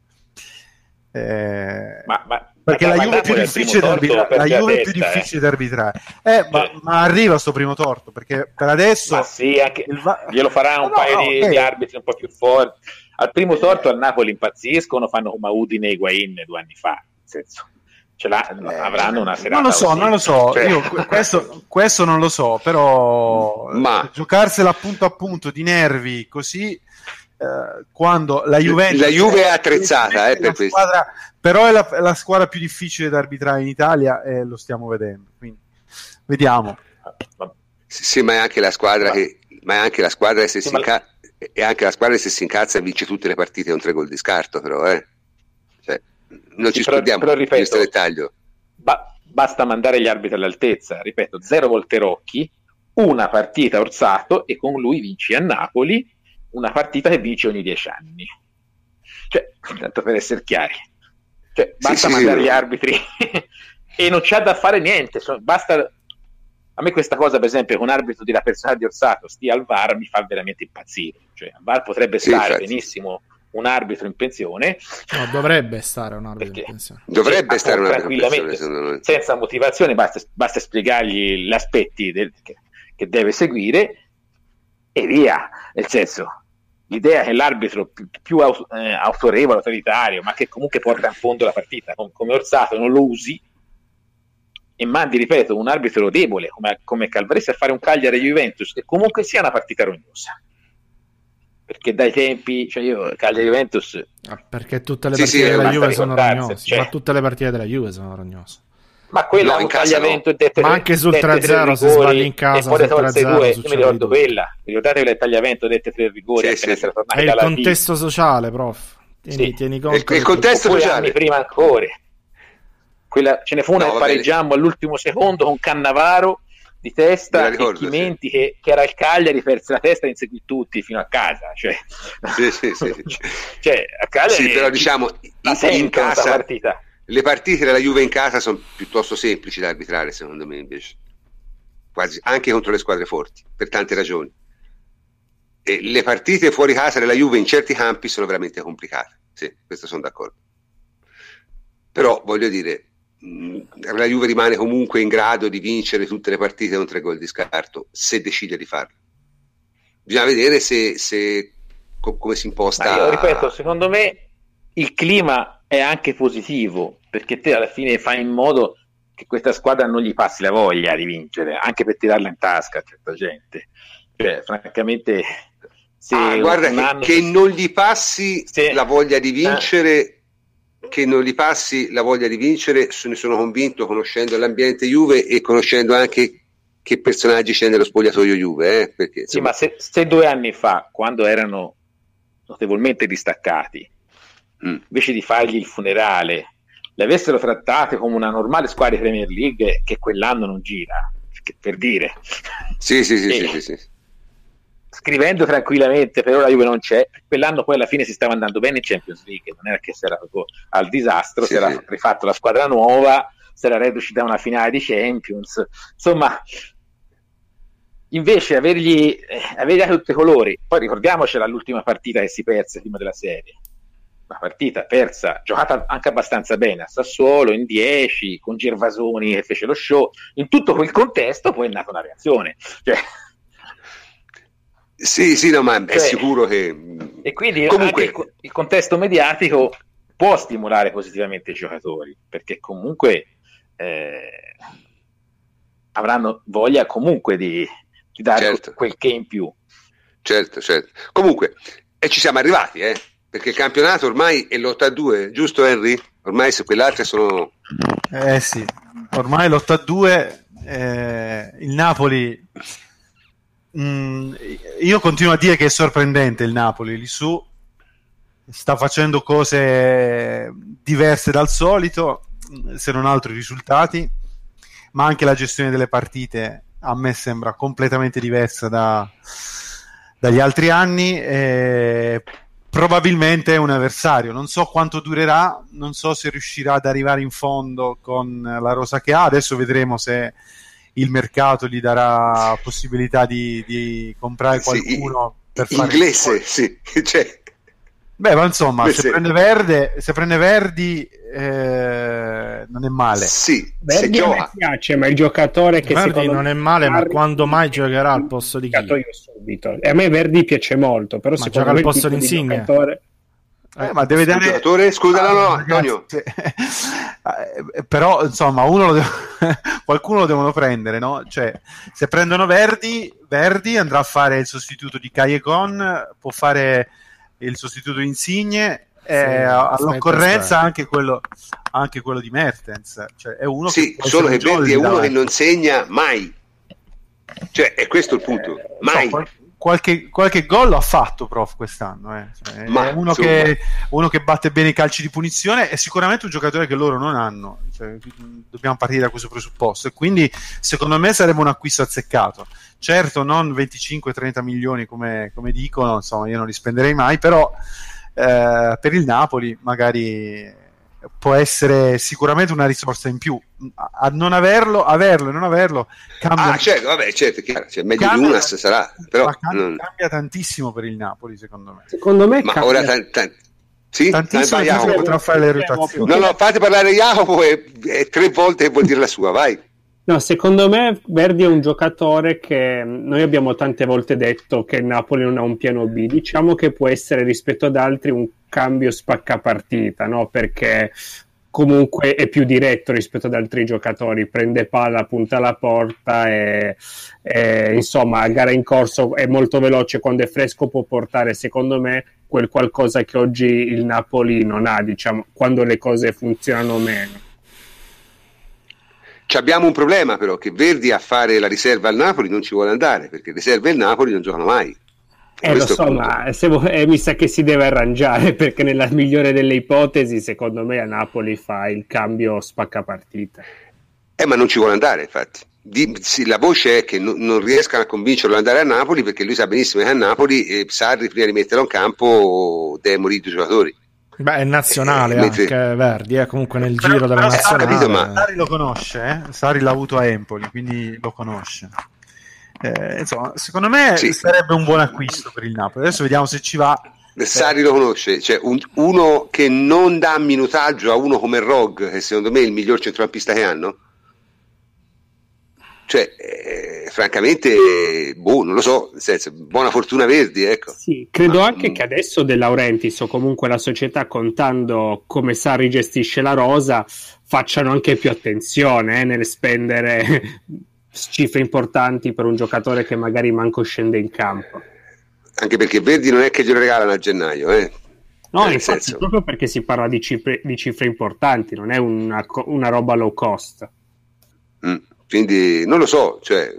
Eh, ma, ma, perché ma la Juve è più difficile da arbitrare. La Juve è più difficile da arbitrare. Eh, ma, ma arriva sto primo torto, perché per adesso ma sì, anche il va... glielo farà un no, paio no, di, okay. di arbitri un po' più forti. Al primo torto al Napoli impazziscono, fanno come Udine e Higuain due anni fa, nel senso. Ce l'ha, eh, avranno una serata. Non lo so, così. non lo so. Cioè... Io questo, questo non lo so, però ma... giocarsela appunto a punto di nervi così, eh, quando la Juventus la Juve è attrezzata, è, è per questo. Squadra, però è la, è la squadra più difficile da arbitrare in Italia e lo stiamo vedendo. Quindi vediamo. Sì, sì, ma è anche la squadra ma... che, ma è anche la squadra che se sì, si inca... la... è anche la squadra che se si incazza e vince tutte le partite con tre gol di scarto, però, eh. Cioè, non sì, ci scordiamo però, ripeto, questo dettaglio. Ba- basta mandare gli arbitri all'altezza, ripeto, zero volte Rocchi, una partita Orsato e con lui vinci a Napoli una partita che vinci ogni dieci anni. Cioè, tanto per essere chiari. Cioè, basta sì, mandare sì, gli arbitri e non c'ha da fare niente, so, basta. A me questa cosa, per esempio, con un arbitro di la personalità di Orsato stia al V A R mi fa veramente impazzire. Cioè, al V A R potrebbe sì, stare infatti. benissimo un arbitro in pensione, no, dovrebbe stare un arbitro in pensione, dovrebbe sì, stare un arbitro tranquillamente in pensione, senza motivazione, basta, basta spiegargli gli aspetti del, che, che deve seguire e via. Nel senso, l'idea che l'arbitro più, più eh, autorevole, autoritario, ma che comunque porta in fondo la partita, com- come Orsato, non lo usi e mandi, ripeto, un arbitro debole come, come Calvarese a fare un Cagliari Juventus che comunque sia una partita rognosa. Perché dai tempi, cioè io Cagliari Juventus ah, perché tutte le sì, partite sì, della Juve sono rognose, cioè... ma tutte le partite della Juve sono rognose. Ma quella no, un tagliamento no. Ma anche sul tre a zero se sbagli in casa, e poi tolse due, io mi ricordo tutto. Quella, ricordate quella il tagliamento dette tre rigori, sì, sì, sì. È il contesto vita. sociale, prof. Tieni, sì. tieni conto. Il, il contesto sociale anni prima ancora. Quella, ce ne fu una no, che pareggiammo all'ultimo secondo con Cannavaro di testa ricordo, e Chimenti sì. che, che era il Cagliari, perse la testa e inseguì tutti fino a casa, cioè, sì, sì, sì, sì. cioè a Cagliari sì, però diciamo in, in casa partita. Le partite della Juve in casa sono piuttosto semplici da arbitrare, secondo me, invece quasi anche contro le squadre forti, per tante ragioni. E le partite fuori casa della Juve in certi campi sono veramente complicate, sì, questo sono d'accordo. Però voglio dire, la Juve rimane comunque in grado di vincere tutte le partite con tre gol di scarto, se decide di farlo. Bisogna vedere se, se co- come si imposta. Ma io ripeto, secondo me il clima è anche positivo, perché te alla fine fai in modo che questa squadra non gli passi la voglia di vincere, anche per tirarla in tasca a certa gente. Cioè, francamente, se ah, guarda che, anno... che non gli passi se... la voglia di vincere, eh. che non gli passi la voglia di vincere, ne sono convinto, conoscendo l'ambiente Juve e conoscendo anche che personaggi c'è nello spogliatoio Juve. Eh? Perché, sì, ma se, se due anni fa, quando erano notevolmente distaccati, mm. invece di fargli il funerale, le avessero trattate come una normale squadra di Premier League, che quell'anno non gira, per dire. Sì, sì, sì, e, sì, sì, sì. Scrivendo tranquillamente, per ora Juve non c'è, quell'anno poi alla fine si stava andando bene in Champions League, non era che si era proprio al disastro, sì, si era sì. rifatto la squadra nuova, si era reduci da una finale di Champions, insomma, invece avergli eh, avergli dato tutti i colori. Poi ricordiamocela l'ultima partita che si perse prima della serie, una partita persa, giocata anche abbastanza bene a Sassuolo, in dieci, con Gervasoni che fece lo show, in tutto quel contesto poi è nata una reazione, cioè sì, sì, no, ma è cioè, sicuro che... E quindi comunque anche il, il contesto mediatico può stimolare positivamente i giocatori, perché comunque eh, avranno voglia comunque di, di dare certo. quel che in più. Certo, certo. Comunque, e ci siamo arrivati, eh? Perché il campionato ormai è l'otto a due, giusto Henry? Ormai se quell'altra sono... Eh sì, ormai l'otto a due, eh, il Napoli... Mm, io continuo a dire che è sorprendente il Napoli, lì su sta facendo cose diverse dal solito, se non altro i risultati, ma anche la gestione delle partite a me sembra completamente diversa da, dagli altri anni. E probabilmente è un avversario, non so quanto durerà, non so se riuscirà ad arrivare in fondo con la rosa che ha, adesso vedremo se il mercato gli darà possibilità di, di comprare qualcuno sì, per fare inglese, sì, cioè. Beh, ma insomma, Beh, se sì. prende Verde, se prende Verdi eh, non è male. Sì, Verdi a me piace, ma il giocatore che Verdi secondo non me è male, ma Verdi quando mai giocherà al posto di chi? Io subito. E a me Verdi piace molto, però ma secondo gioca me al posto di Insigne. Giocatore... Eh, ma deve dare giocatore? Scusa, no, no, Antonio. Eh, però insomma, uno lo deve... qualcuno lo devono prendere, no? Cioè, se prendono Verdi, Verdi andrà a fare il sostituto di Callejon, può fare il sostituto di Insigne, sì, eh, all'occorrenza anche quello, anche quello di Mertens. Cioè, è uno sì, che solo che Verdi è uno davanti. che non segna mai. Cioè, è questo il punto. Mai. So, Qualche, qualche gol ha fatto Prof quest'anno, eh. Cioè, Ma, è uno che, uno che batte bene i calci di punizione, è sicuramente un giocatore che loro non hanno, cioè, dobbiamo partire da questo presupposto, e quindi secondo me sarebbe un acquisto azzeccato. Certo, non venticinque trenta milioni come, come dicono, insomma io non li spenderei mai, però eh, per il Napoli magari può essere sicuramente una risorsa in più. A non averlo, averlo e non averlo cambia. Ah, certo, vabbè, certo, chiaro, cioè, meglio cambia, di Unas sarà, però cambia, non... cambia tantissimo per il Napoli, secondo me. Secondo me ma cambia. ora tan- tan- sì? tantissimo vai, potrà fare le rotazioni. No, no, fate parlare Jacopo e, e tre volte vuol dire la sua, vai. No, secondo me Verdi è un giocatore che noi abbiamo tante volte detto che il Napoli non ha un piano B, diciamo che può essere rispetto ad altri un cambio spaccapartita, no? Perché comunque è più diretto rispetto ad altri giocatori, prende palla, punta alla porta e, e insomma a gara in corso è molto veloce, quando è fresco può portare secondo me quel qualcosa che oggi il Napoli non ha, diciamo, quando le cose funzionano meno. Ci abbiamo un problema però, che Verdi a fare la riserva al Napoli non ci vuole andare, perché riserve il Napoli non giocano mai. Eh, lo so, ma se vo- eh, mi sa che si deve arrangiare, perché nella migliore delle ipotesi, secondo me, a Napoli fa il cambio spaccapartita. Eh, ma non ci vuole andare, infatti. Di, sì, la voce è che no, non riescano a convincerlo ad andare a Napoli, perché lui sa benissimo che a Napoli eh, Sarri, prima di metterlo in campo, deve morire due giocatori. Beh, è nazionale eh, anche mentre... Verdi, è eh, comunque nel però, giro della però, nazionale. Capito, ma... Sarri lo conosce, eh? Sarri l'ha avuto a Empoli, quindi lo conosce. Eh, insomma, secondo me sì. sarebbe un buon acquisto per il Napoli. Adesso vediamo se ci va, Sarri lo conosce, cioè un, uno che non dà minutaggio a uno come Rog, che secondo me è il miglior centrocampista che hanno. Cioè, eh, francamente, boh, non lo so, nel senso, buona fortuna Verdi, ecco. Sì, credo Ma, anche mh. che adesso De Laurentiis o comunque la società, contando come Sarri gestisce la rosa, facciano anche più attenzione eh, nel spendere cifre importanti per un giocatore che magari manco scende in campo. Anche perché Verdi non è che glielo regalano a gennaio, eh. No, Nel infatti, senso, proprio perché si parla di cifre, di cifre importanti, non è una, co- una roba low cost. mh, quindi non lo so, cioè,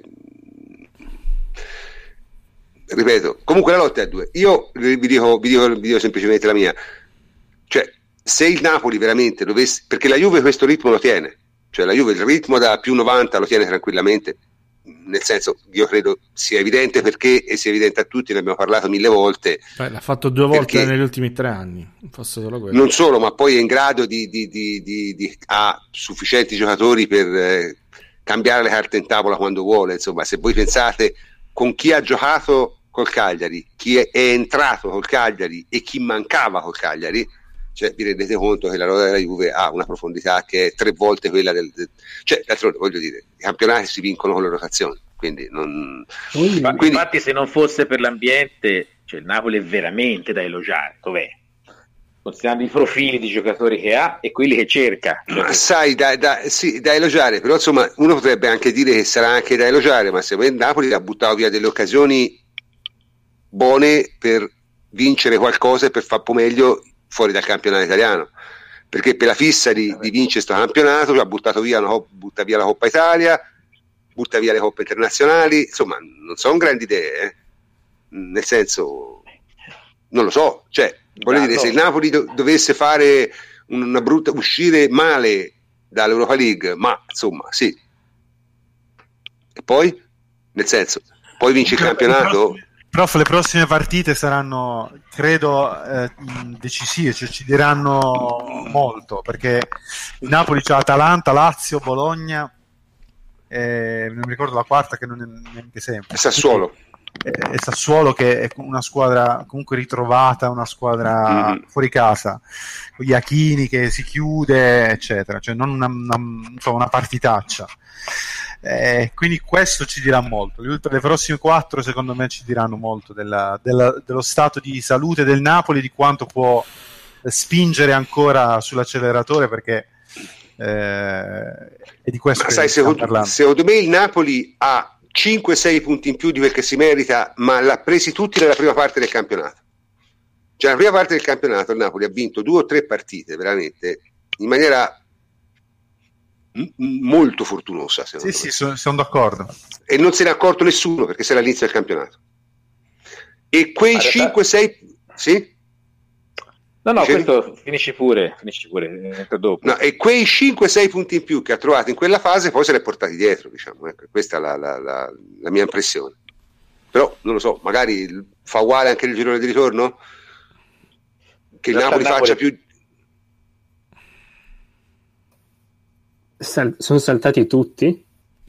ripeto, comunque la lotta è a due. Io vi dico, vi dico, vi dico semplicemente la mia, cioè, se il Napoli veramente dovesse, perché la Juve questo ritmo lo tiene, cioè la Juve il ritmo da più novanta lo tiene tranquillamente, nel senso, io credo sia evidente perché, e sia evidente a tutti, ne abbiamo parlato mille volte. Beh, l'ha fatto due volte Perché- negli ultimi tre anni, fosse solo quello. Non solo, ma poi è in grado di, di, di, di, di ha sufficienti giocatori per eh, cambiare le carte in tavola quando vuole. Insomma, se voi pensate con chi ha giocato col Cagliari, chi è, è entrato col Cagliari e chi mancava col Cagliari, cioè vi rendete conto che la rosa della Juve ha una profondità che è tre volte quella del, del cioè d'altronde voglio dire, i campionati si vincono con le rotazioni, quindi non Ma- quindi Infatti, se non fosse per l'ambiente, cioè il Napoli è veramente da elogiare. Dov'è? Considerando i profili di giocatori che ha e quelli che cerca. Cioè, ma sai, da, da, sì, da elogiare, però insomma uno potrebbe anche dire che sarà anche da elogiare, ma secondo me il Napoli ha buttato via delle occasioni buone per vincere qualcosa e per far po' meglio fuori dal campionato italiano, perché per la fissa di, di vincere questo campionato cioè, ha buttato via, una, butta via la Coppa Italia, butta via le coppe internazionali, insomma non sono grandi idee, eh. Nel senso, non lo so, cioè voglio Ah, dire, no. se il Napoli do- dovesse fare una brutta, uscire male dall'Europa League, ma insomma sì, e poi nel senso poi vince il campionato. Prof, le prossime partite saranno, credo, eh, decisive, cioè ci diranno molto, perché il Napoli c'ha Atalanta, Lazio, Bologna, e non mi ricordo la quarta che non è neanche sempre. Sassuolo. E, e Sassuolo che è una squadra comunque ritrovata, una squadra Mm-hmm. fuori casa, con Iachini che si chiude, eccetera, cioè non una, una, insomma, una partitaccia. Eh, quindi questo ci dirà molto. Le, le prossime quattro secondo me ci diranno molto della, della, dello stato di salute del Napoli, di quanto può spingere ancora sull'acceleratore, perché eh, è di questo Ma che sai, stiamo secondo, parlando. secondo me il Napoli ha cinque sei punti in più di quel che si merita, ma l'ha presi tutti nella prima parte del campionato. Cioè, nella prima parte del campionato il Napoli ha vinto due o tre partite veramente in maniera m- molto fortunosa, secondo Sì, me. sì, sono, sono d'accordo. E non se ne è accorto nessuno perché sarà all'inizio del campionato. E quei Ma in realtà- cinque sei sì? No, no, Dicevi? questo finisci pure, finisci pure eh, dopo. No, e quei cinque sei punti in più che ha trovato in quella fase poi se li è portati dietro, diciamo, ecco, questa è la, la, la, la mia impressione. Però non lo so, magari fa uguale anche il girone di ritorno, che il In realtà Napoli il Napoli- faccia più. Sal- sono saltati tutti?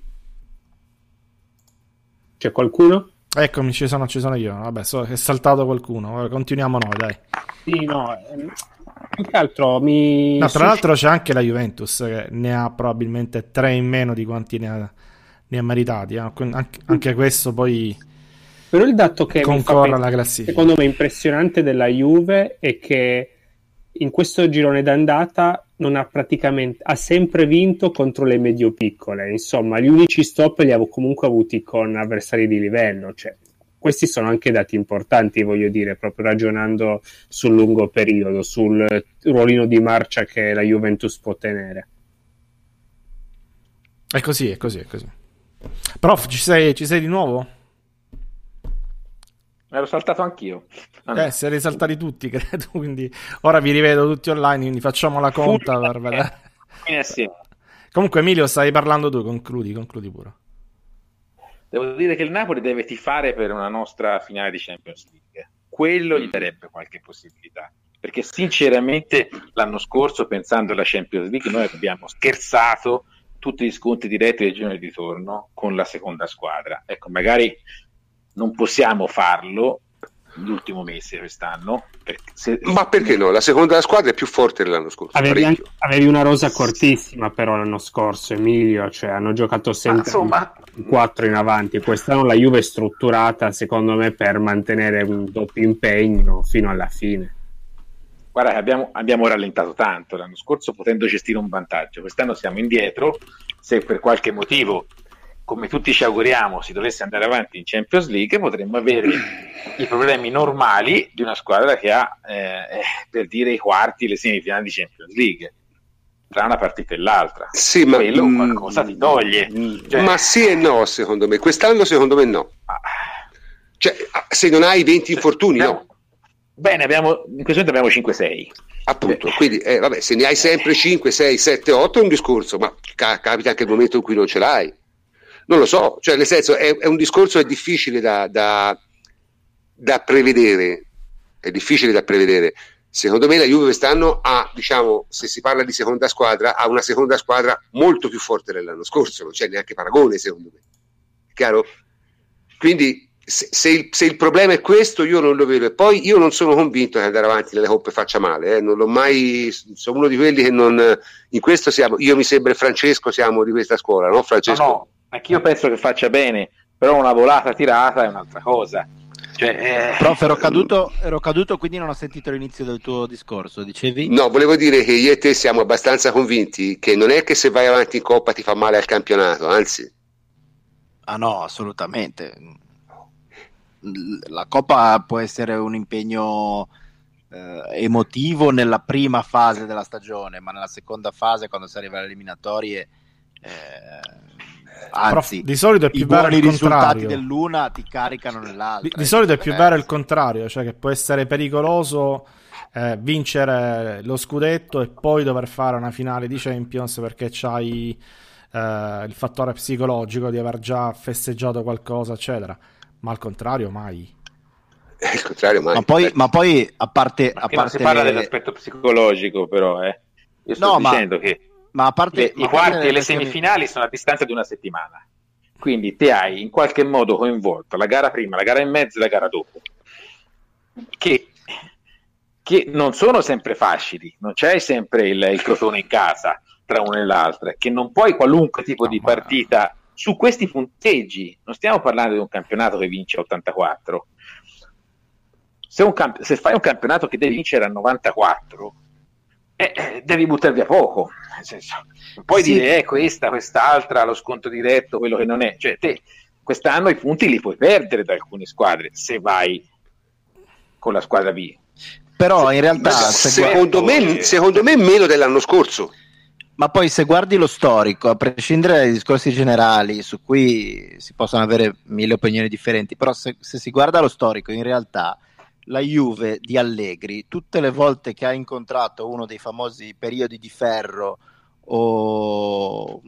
C'è qualcuno? Eccomi, ci sono, ci sono io. Vabbè, so, è saltato qualcuno. Vabbè, continuiamo noi, dai. Sì, no. ehm, Più che altro mi... No, tra l'altro c'è anche la Juventus che ne ha probabilmente tre in meno di quanti ne ha, ne ha meritati. eh. Anche, anche questo poi Però il dato che mi fa concorre pens- alla classifica. secondo me impressionante della Juve è che in questo girone d'andata non ha praticamente ha sempre vinto contro le medio-piccole, insomma gli unici stop li avevo comunque avuti con avversari di livello, cioè questi sono anche dati importanti, voglio dire, proprio ragionando sul lungo periodo, sul ruolino di marcia che la Juventus può tenere. È così, è così, è così. Prof, ci sei, ci sei di nuovo? Me l'ero saltato anch'io. Ah, no. Eh, si è saltati tutti, credo, quindi ora vi rivedo tutti online, quindi facciamo la conta per vedere. Quindi assieme. Comunque Emilio, stai parlando tu, concludi, concludi pure. Devo dire che il Napoli deve tifare per una nostra finale di Champions League. Quello gli darebbe qualche possibilità. Perché sinceramente l'anno scorso, pensando alla Champions League, noi abbiamo scherzato tutti gli scontri diretti del girone di ritorno con la seconda squadra. Ecco, magari non possiamo farlo, l'ultimo mese quest'anno. Perché se... Ma perché no? La seconda squadra è più forte dell'anno scorso. Avevi, anche, avevi una rosa cortissima però l'anno scorso, Emilio, cioè hanno giocato sempre insomma... quattro in avanti. Quest'anno la Juve è strutturata, secondo me, per mantenere un doppio impegno fino alla fine. Guarda che abbiamo, abbiamo rallentato tanto l'anno scorso potendo gestire un vantaggio. Quest'anno siamo indietro. Se per qualche motivo, come tutti ci auguriamo, si dovesse andare avanti in Champions League, potremmo avere i problemi normali di una squadra che ha, eh, per dire, i quarti, le semifinali di Champions League, tra una partita e l'altra. Sì, ma quello mh, qualcosa ti toglie. Cioè, ma sì e no, secondo me. Quest'anno secondo me no. Cioè, se non hai venti infortuni, abbiamo, no. Bene, abbiamo, in questo momento abbiamo cinque sei. Appunto, quindi eh, vabbè, se ne hai sempre cinque, sei, sette, otto è un discorso, ma ca- capita anche il momento in cui non ce l'hai. Non lo so, cioè nel senso è, è un discorso, è difficile da, da, da prevedere, è difficile da prevedere. Secondo me la Juve quest'anno ha, diciamo, se si parla di seconda squadra, ha una seconda squadra molto più forte dell'anno scorso, non c'è neanche paragone secondo me. Chiaro? Quindi se, se, il, se il problema è questo, io non lo vedo. E poi io non sono convinto che andare avanti nelle coppe faccia male, eh. Non l'ho mai, sono uno di quelli che non, in questo siamo, io mi sembra Francesco siamo di questa scuola, no Francesco? No, no, anch'io penso che faccia bene, però una volata tirata è un'altra cosa. Cioè, eh... Prof, ero caduto, ero caduto, quindi non ho sentito l'inizio del tuo discorso, dicevi? No, volevo dire che io e te siamo abbastanza convinti che non è che se vai avanti in Coppa ti fa male al campionato, anzi. Ah no, assolutamente. La Coppa può essere un impegno eh, emotivo nella prima fase della stagione, ma nella seconda fase, quando si arriva alle eliminatorie, eh, anzi, Prof, di solito è più i buoni il risultati contrario. dell'una ti caricano nell'altra. Di, di solito è più vero il contrario, cioè che può essere pericoloso eh, vincere lo scudetto e poi dover fare una finale di Champions perché c'hai eh, il fattore psicologico di aver già festeggiato qualcosa, eccetera. Ma al contrario mai. Il contrario mai. Ma poi, ma poi a parte, ma a parte non si parla le... dell'aspetto psicologico, però eh. Io sto no, dicendo ma, che ma a parte, le, ma i quarti e le questioni... semifinali sono a distanza di una settimana, quindi te hai in qualche modo coinvolto la gara prima, la gara in mezzo e la gara dopo, che, che non sono sempre facili, non c'è sempre il, il crotone in casa tra una e l'altra, che non puoi qualunque tipo no, di ma... partita su questi punteggi. Non stiamo parlando di un campionato che vince a ottantaquattro. Se, un camp- se fai un campionato che devi vincere a novantaquattro, eh, devi buttare via poco. Nel senso, non puoi sì. dire eh, questa, quest'altra, lo sconto diretto, quello che non è. Cioè, te quest'anno i punti li puoi perdere da alcune squadre se vai con la squadra B. Però se, in realtà, se secondo, me, secondo me, meno dell'anno scorso. Ma poi se guardi lo storico, a prescindere dai discorsi generali su cui si possono avere mille opinioni differenti, però se, se si guarda lo storico, in realtà la Juve di Allegri, tutte le volte che ha incontrato uno dei famosi periodi di ferro o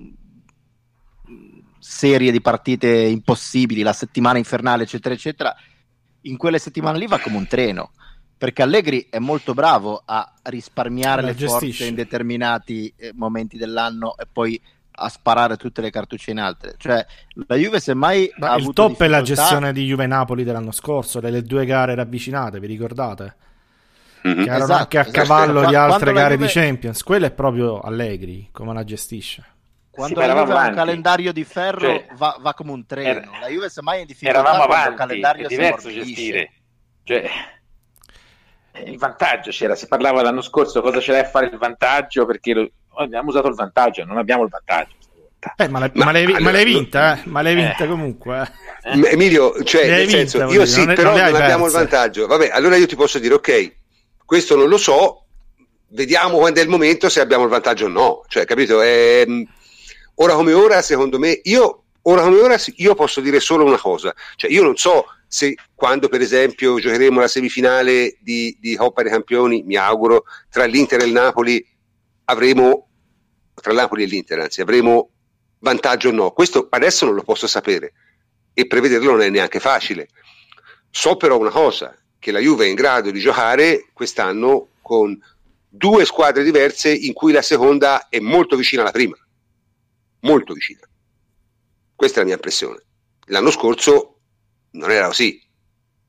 serie di partite impossibili, la settimana infernale, eccetera, eccetera, in quelle settimane lì va come un treno. Perché Allegri è molto bravo a risparmiare le gestisce. forze in determinati eh, momenti dell'anno e poi a sparare tutte le cartucce in altre. Cioè, la Juve semmai Ma ha il avuto top difficoltà... è la gestione di Juve-Napoli dell'anno scorso, delle due gare ravvicinate, vi ricordate? Mm-hmm. Che erano esatto, anche a esatto. cavallo di altre gare Juve... di Champions. Quello è proprio Allegri, come la gestisce. Quando sì, la Juve avanti. ha un calendario di ferro, cioè, va, va come un treno. Era... La Juve semmai è in difficoltà eravamo quando avanti, il calendario è si diverso ammorbidisce. gestire. Cioè... il vantaggio c'era, si parlava l'anno scorso cosa c'era a fare il vantaggio, perché lo, abbiamo usato il vantaggio, non abbiamo il vantaggio eh, ma, le, ma, ma, l'hai, ma l'hai vinta eh? ma l'hai vinta eh. comunque eh. Emilio, cioè nel vinta, senso io sì, non però non, non abbiamo il vantaggio, vabbè, allora io ti posso dire ok, questo non lo so, vediamo quando è il momento se abbiamo il vantaggio o no, cioè capito, eh, ora come ora secondo me io ora come ora io posso dire solo una cosa, cioè io non so se quando per esempio giocheremo la semifinale di, di Coppa dei Campioni, mi auguro, tra l'Inter e il Napoli avremo, tra Napoli e l'Inter anzi, avremo vantaggio o no, questo adesso non lo posso sapere e prevederlo non è neanche facile. So però una cosa, che la Juve è in grado di giocare quest'anno con due squadre diverse in cui la seconda è molto vicina alla prima, molto vicina, questa è la mia impressione. L'anno scorso non era così,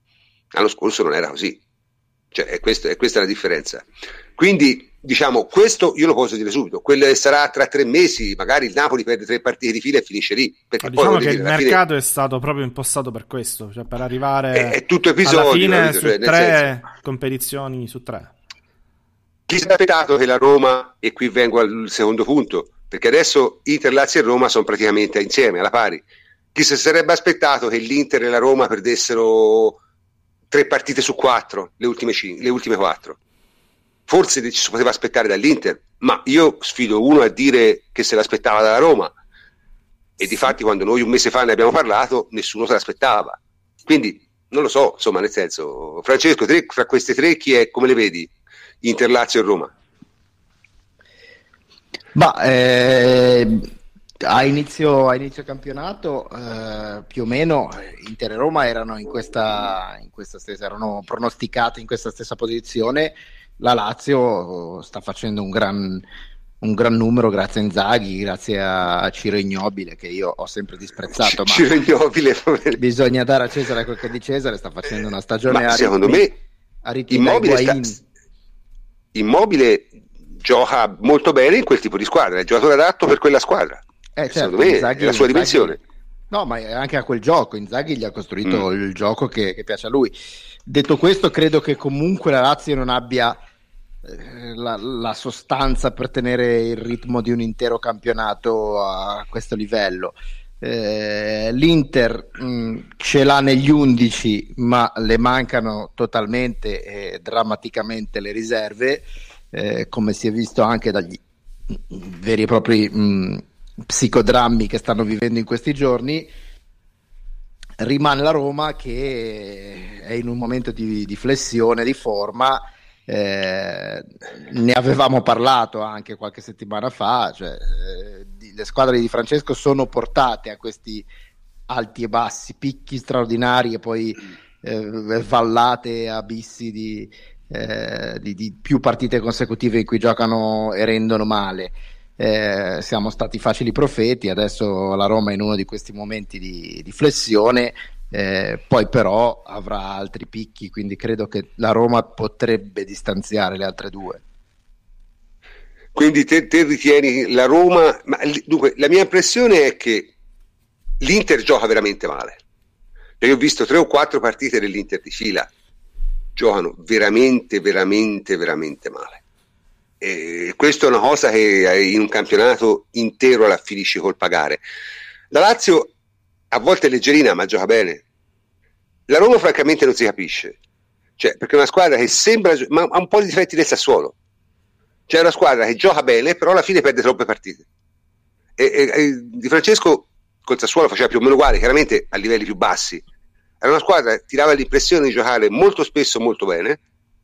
L'anno scorso non era così, cioè è, questo, è questa la differenza. Quindi diciamo, questo io lo posso dire subito, quello sarà tra tre mesi, magari il Napoli perde tre partite di fila e finisce lì, perché Ma poi diciamo che dire, il mercato fine... è stato proprio impostato per questo, cioè per arrivare è, è tutto episodio, alla fine capito? su Cioè, nel tre senso... competizioni su tre. Chi si è aspettato che la Roma, e qui vengo al secondo punto, perché adesso Inter, Lazio e Roma sono praticamente insieme, alla pari, chi si sarebbe aspettato che l'Inter e la Roma perdessero tre partite su quattro, le ultime, cinque, le ultime quattro? Forse ci si poteva aspettare dall'Inter, ma io sfido uno a dire che se l'aspettava dalla Roma, e difatti quando noi un mese fa ne abbiamo parlato nessuno se l'aspettava, quindi non lo so, insomma, nel senso, Francesco, tre, fra queste tre chi è, come le vedi? Inter, Lazio e Roma? Ma eh, a, inizio, a inizio campionato eh, più o meno Inter e Roma erano in questa, in questa stessa, erano pronosticate in questa stessa posizione. La Lazio sta facendo un gran, un gran numero grazie a Inzaghi, grazie a Ciro Immobile, che io ho sempre disprezzato. C- Ciro Immobile, bisogna dare a Cesare quel che è di Cesare, sta facendo una stagione ma a secondo ritmi, me a ritmi Immobile, da Higuain. sta, Immobile gioca molto bene in quel tipo di squadra, è il giocatore adatto per quella squadra. Eh, certo, secondo me Inzaghi, è la sua Inzaghi, dimensione. No, ma anche a quel gioco Inzaghi gli ha costruito mm. il gioco che, che piace a lui. Detto questo, credo che comunque la Lazio non abbia eh, la, la sostanza per tenere il ritmo di un intero campionato a questo livello. Eh, L'Inter mh, ce l'ha negli undici, ma le mancano totalmente e drammaticamente le riserve, eh, come si è visto anche dagli veri e propri mh, psicodrammi che stanno vivendo in questi giorni. Rimane la Roma che è in un momento di, di flessione di forma, eh, ne avevamo parlato anche qualche settimana fa, cioè, eh, di, le squadre di Francesco sono portate a questi alti e bassi, picchi straordinari e poi eh, vallate, abissi di, eh, di, di più partite consecutive in cui giocano e rendono male. Eh, siamo stati facili profeti, adesso la Roma è in uno di questi momenti di, di flessione, eh, poi però avrà altri picchi, quindi credo che la Roma potrebbe distanziare le altre due. Quindi te, te ritieni la Roma, ma dunque la mia impressione è che l'Inter gioca veramente male. Io ho visto tre o quattro partite dell'Inter di fila, giocano veramente veramente veramente male. E questa è una cosa che in un campionato intero la finisci col pagare. La Lazio a volte è leggerina ma gioca bene. La Roma francamente non si capisce, cioè, perché è una squadra che sembra, ma ha un po' di difetti del Sassuolo, cioè è una squadra che gioca bene però alla fine perde troppe partite. E, e, e Di Francesco col Sassuolo faceva più o meno uguale, chiaramente a livelli più bassi. Era una squadra che tirava l'impressione di giocare molto spesso molto bene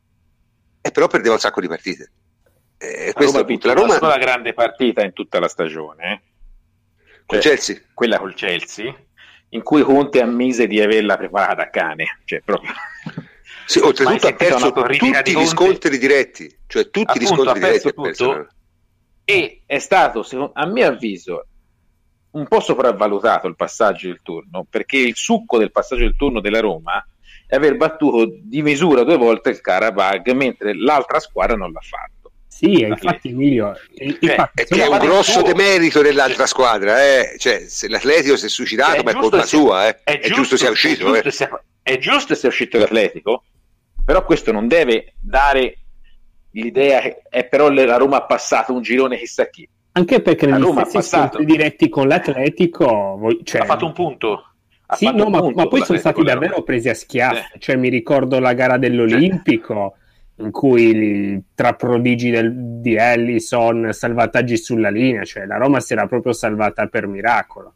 e però perdeva un sacco di partite. Eh, la Roma ha vinto la Roma... una sola grande partita in tutta la stagione, eh? Col cioè, Chelsea, quella col Chelsea, in cui Conte ammise di averla preparata a cane, cioè proprio. Sì, oltretutto ha perso tutti di gli scontri diretti, cioè tutti appunto, gli scontri diretti tutto, perso. E è stato, secondo, a mio avviso, un po' sopravvalutato il passaggio del turno, perché il succo del passaggio del turno della Roma è aver battuto di misura due volte il Qarabag, mentre l'altra squadra non l'ha fatto. Sì, infatti Emilio, cioè, infatti, è che è un grosso demerito dell'altra squadra, eh? Cioè, se l'Atletico si è suicidato, cioè, ma è colpa sia, sua, eh? è, è giusto, giusto sia uscito, è eh? giusto sia, è giusto sia uscito l'Atletico, però questo non deve dare l'idea che è però la Roma ha passato un girone chissà chi. Anche perché negli stessi scontri diretti con l'Atletico, cioè, ha fatto un punto. Ha sì, no, ma, ma poi sono stati davvero presi a schiaffi, eh. Cioè mi ricordo la gara dell'Olimpico, cioè, in cui tra prodigi del, di Ellison, salvataggi sulla linea, cioè la Roma si era proprio salvata per miracolo.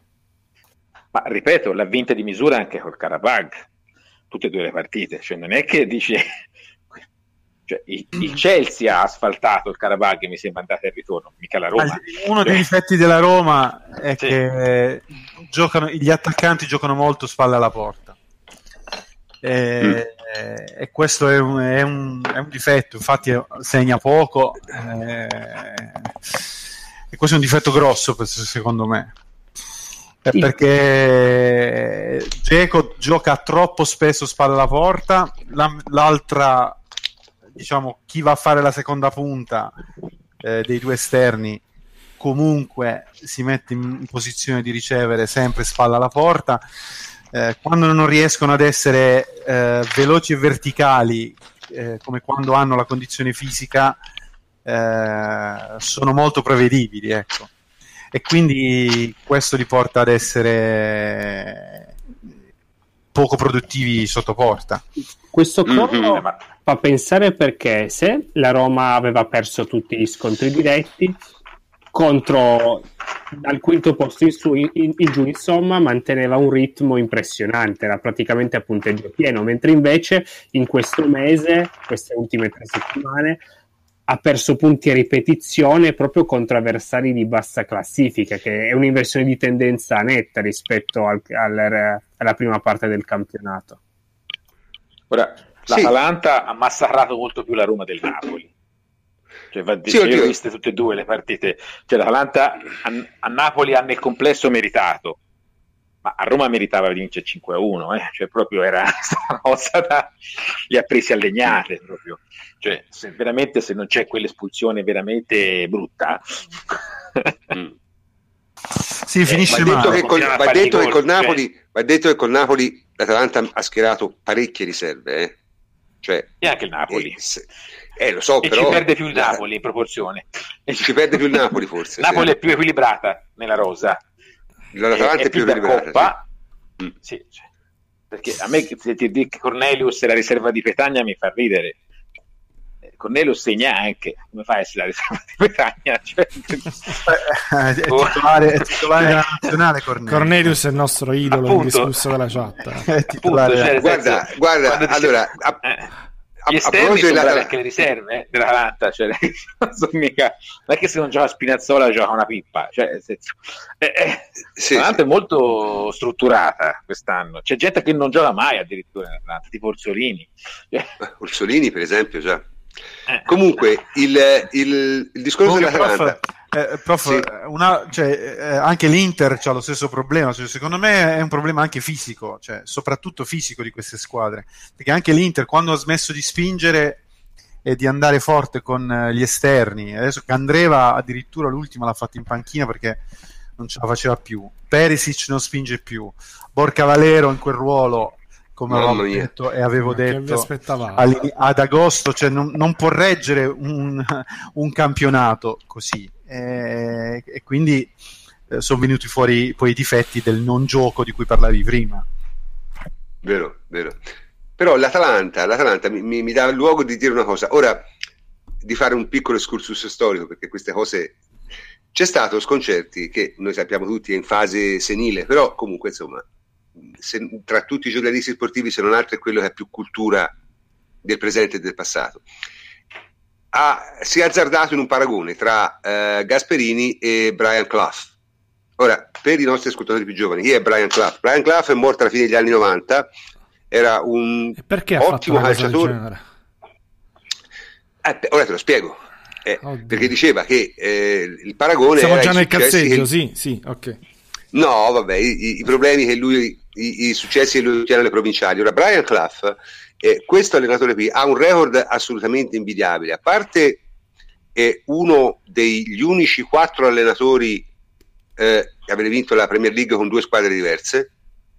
Ma ripeto, l'ha vinta di misura anche col Qarabag, tutte e due le partite, cioè non è che dice cioè, il, il Chelsea ha asfaltato il Qarabag e mi sembra andata in ritorno, mica la Roma. Uno dei difetti della Roma è sì. che giocano, gli attaccanti giocano molto spalle alla porta. E, mm. e questo è un, è, un, è un difetto, infatti segna poco, e, e questo è un difetto grosso secondo me. È perché Dzeko gioca troppo spesso spalla alla porta, la, l'altra, diciamo, chi va a fare la seconda punta eh, dei due esterni comunque si mette in posizione di ricevere sempre spalla alla porta. Eh, quando non riescono ad essere eh, veloci e verticali, eh, come quando hanno la condizione fisica, eh, sono molto prevedibili, ecco. E quindi questo li porta ad essere poco produttivi sotto porta. Questo crollo mm-hmm. fa pensare, perché se la Roma aveva perso tutti gli scontri diretti contro dal quinto posto in su in, in giù, insomma, manteneva un ritmo impressionante, era praticamente a punteggio pieno, mentre invece in questo mese, queste ultime tre settimane, ha perso punti a ripetizione proprio contro avversari di bassa classifica, che è un'inversione di tendenza netta rispetto al, al, alla prima parte del campionato. Ora, l'Atalanta sì. ha massacrato molto più la Roma del Napoli. Cioè, va, sì, io ho viste tutte e due le partite. Cioè, l'Atalanta a, a Napoli ha nel complesso meritato, ma a Roma meritava di vincere cinque a uno, eh? Cioè proprio era una cosa da... li ha presi a legnate proprio. Cioè, se veramente se non c'è quell'espulsione veramente brutta mm. sì, finisce eh, va detto male. che col, va detto che col Napoli cioè... va detto che col Napoli l'Atalanta ha schierato parecchie riserve, eh? Cioè, e anche il Napoli eh, se... eh lo so, e però ci perde più il Napoli in proporzione, e ci perde più il Napoli forse Napoli sì. è più equilibrata nella rosa, l'Atalanta è, è più equilibrata Coppa, sì. Mm. Sì, cioè, perché a me se ti dico Cornelius è la riserva di Petagna mi fa ridere. Cornelius segna anche, come fa a essere la riserva di Petagna? Cioè... è titolare, è titolare della nazionale. Cornelius. Cornelius è il nostro idolo indiscusso della chat. È titolare. Appunto, cioè, guarda, senso, guarda, allora dice, a, eh, a, gli esterni a sono della... anche le riserve eh, dell'Atalanta, cioè, non, so mica, non è che se non gioca Spinazzola gioca una pippa, cioè, nel senso, eh, eh, sì, l'Atalanta sì. è molto strutturata quest'anno, c'è gente che non gioca mai addirittura nell'Atalanta, tipo Orsolini, cioè. Orsolini per esempio già. Eh. Comunque il, il, il discorso Comunque, dell'Atalanta prof, eh, prof sì. una, cioè, eh, anche l'Inter ha lo stesso problema, cioè, secondo me è un problema anche fisico, cioè, soprattutto fisico di queste squadre, perché anche l'Inter quando ha smesso di spingere e di andare forte con gli esterni, adesso Candreva addirittura l'ultima l'ha fatta in panchina perché non ce la faceva più, Perisic non spinge più, Borca Valero in quel ruolo, come avevo detto e avevo detto ad agosto, cioè non, non può reggere un, un campionato così, e, e quindi eh, sono venuti fuori poi i difetti del non gioco di cui parlavi prima. Vero, vero. Però l'Atalanta, l'Atalanta mi, mi, mi dà luogo di dire una cosa, ora di fare un piccolo excursus storico, perché queste cose c'è stato sconcerti che noi sappiamo tutti è in fase senile, però comunque insomma se, tra tutti i giornalisti sportivi se non altro è quello che ha più cultura del presente e del passato, ha, si è azzardato in un paragone tra eh, Gasperini e Brian Clough. Ora, per i nostri ascoltatori più giovani, chi è Brian Clough? Brian Clough è morto alla fine degli anni novanta, era un ottimo calciatore. Eh, ora te lo spiego, eh, perché diceva che eh, il paragone siamo era già nel cazzeggio, che... sì, sì, ok. No, vabbè, i, i problemi che lui, i, i successi che lui ottiene alle provinciali. Ora, Brian Clough, eh, questo allenatore qui, ha un record assolutamente invidiabile. A parte è uno degli unici quattro allenatori eh, che avere vinto la Premier League con due squadre diverse,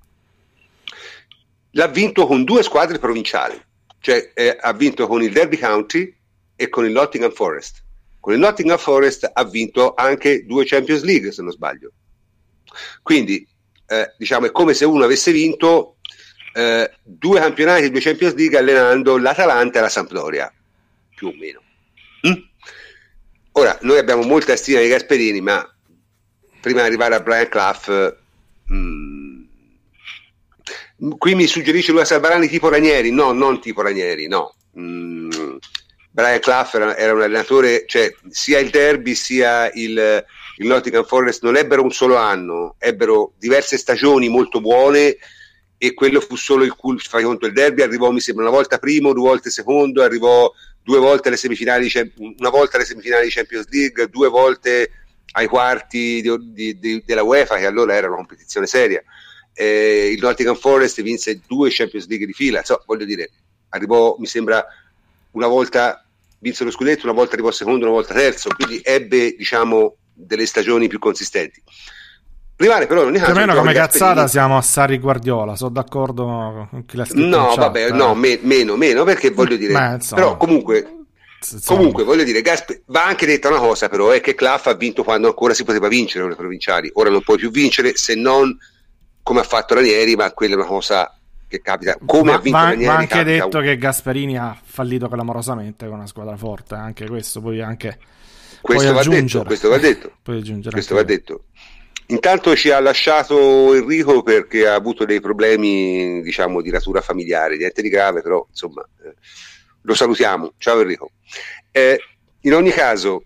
l'ha vinto con due squadre provinciali, cioè eh, ha vinto con il Derby County e con il Nottingham Forest. Con il Nottingham Forest ha vinto anche due Champions League, se non sbaglio. Quindi eh, diciamo è come se uno avesse vinto eh, due campionati, due Champions League allenando l'Atalanta e la Sampdoria, più o meno. Mm? Ora, noi abbiamo molta stima di Gasperini, ma prima di arrivare a Brian Clough mm, qui mi suggerisce lui a Salvarani tipo Ranieri, no, non tipo Ranieri, no. Mm, Brian Clough era, era un allenatore, cioè sia il Derby sia il il Nottingham Forest non ebbero un solo anno, ebbero diverse stagioni molto buone e quello fu solo il culo. Fai conto, il Derby arrivò mi sembra una volta primo, due volte secondo, arrivò due volte alle semifinali, una volta alle semifinali di Champions League, due volte ai quarti di, di, di, della UEFA, che allora era una competizione seria. Eh, il Nottingham Forest vinse due Champions League di fila, so, voglio dire, arrivò, mi sembra, una volta vinse lo scudetto, una volta arrivò secondo, una volta terzo, quindi ebbe, diciamo, delle stagioni più consistenti. Rimane però in ogni caso, più o meno come Gasperini... cazzata siamo a Sarri Guardiola, sono d'accordo con chi l'ha scritto. No, chat, vabbè, eh. no, me, meno, meno, perché voglio dire, Beh, insomma, però comunque, insomma. comunque voglio dire, Gaspe... va anche detta una cosa però, è che Clough ha vinto quando ancora si poteva vincere con le provinciali, ora non puoi più vincere se non come ha fatto Ranieri, ma quella è una cosa che capita, come ma, ha vinto ma, Ranieri. Ma anche capita... detto che Gasperini ha fallito clamorosamente con una squadra forte, anche questo poi anche questo puoi va aggiungere. detto, questo va detto, puoi aggiungere questo va detto. Intanto ci ha lasciato Enrico perché ha avuto dei problemi, diciamo, di natura familiare, niente di grave, però insomma eh, lo salutiamo. Ciao Enrico. Eh, in ogni caso,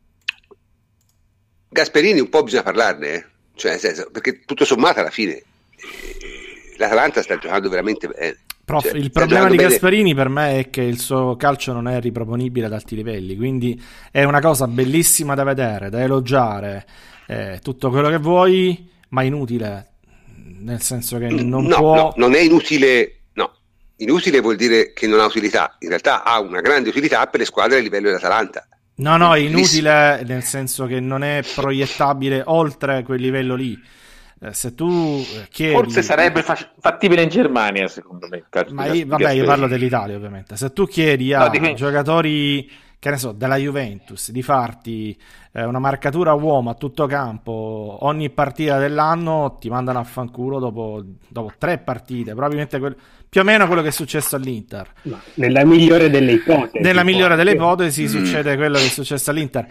Gasperini un po' bisogna parlarne, eh? Cioè, nel senso, perché tutto sommato alla fine eh, l'Atalanta sta giocando veramente bene. Prof, cioè, il problema di bene. Gasperini per me è che il suo calcio non è riproponibile ad alti livelli, quindi è una cosa bellissima da vedere, da elogiare. Eh, tutto quello che vuoi, ma inutile, nel senso che non no, può... no, non è inutile, no, inutile vuol dire che non ha utilità, in realtà ha una grande utilità per le squadre a livello dell'Atalanta. No, no, è inutile nel senso che non è proiettabile oltre quel livello lì. Eh, se tu chiedi... Forse sarebbe fa- fattibile in Germania, secondo me. Ma io, vabbè, io parlo dell'Italia ovviamente. Se tu chiedi a no, di... giocatori... che ne so, della Juventus, di farti eh, una marcatura uomo a tutto campo ogni partita dell'anno, ti mandano a fanculo dopo, dopo tre partite, probabilmente quel, più o meno quello che è successo all'Inter. No, nella migliore delle ipotesi. Nella migliore delle poi. ipotesi mm. succede quello che è successo all'Inter.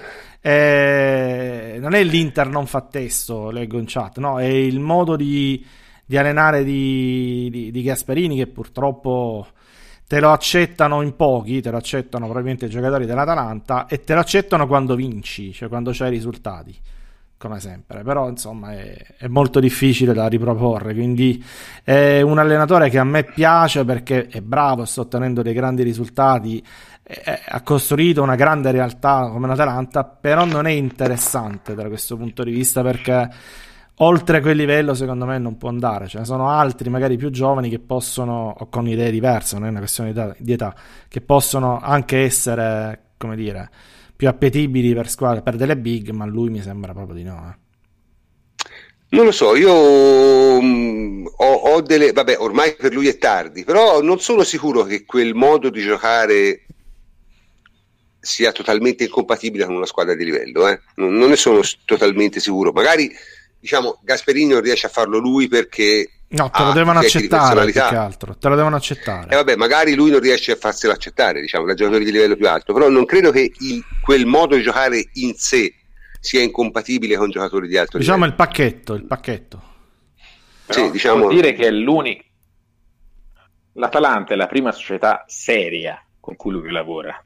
Eh, non è l'Inter non fa testo, leggo in chat, no, è il modo di, di allenare di, di, di Gasperini che purtroppo... te lo accettano in pochi, te lo accettano probabilmente i giocatori dell'Atalanta e te lo accettano quando vinci, cioè quando c'hai risultati, come sempre. Però insomma è, è molto difficile da riproporre, quindi è un allenatore che a me piace perché è bravo, sta ottenendo dei grandi risultati, è, ha costruito una grande realtà come l'Atalanta, però non è interessante da questo punto di vista perché oltre quel livello secondo me non può andare, ce ne sono altri magari più giovani che possono, o con idee diverse, non è una questione di età, di età che possono anche essere, come dire, più appetibili per squadre, per delle big, ma lui mi sembra proprio di no. Eh. Non lo so, io mh, ho, ho delle, vabbè, ormai per lui è tardi, però non sono sicuro che quel modo di giocare sia totalmente incompatibile con una squadra di livello, eh. non, non ne sono totalmente sicuro, magari diciamo Gasperini non riesce a farlo lui perché no, te lo devono accettare più che altro, te lo devono accettare. E eh vabbè, magari lui non riesce a farselo accettare, diciamo, da giocatori di livello più alto, però non credo che il, quel modo di giocare in sé sia incompatibile con giocatori di alto diciamo livello. il pacchetto, il pacchetto. Però sì, diciamo... vuol dire che è l'unico. L'Atalanta è la prima società seria con cui lui lavora.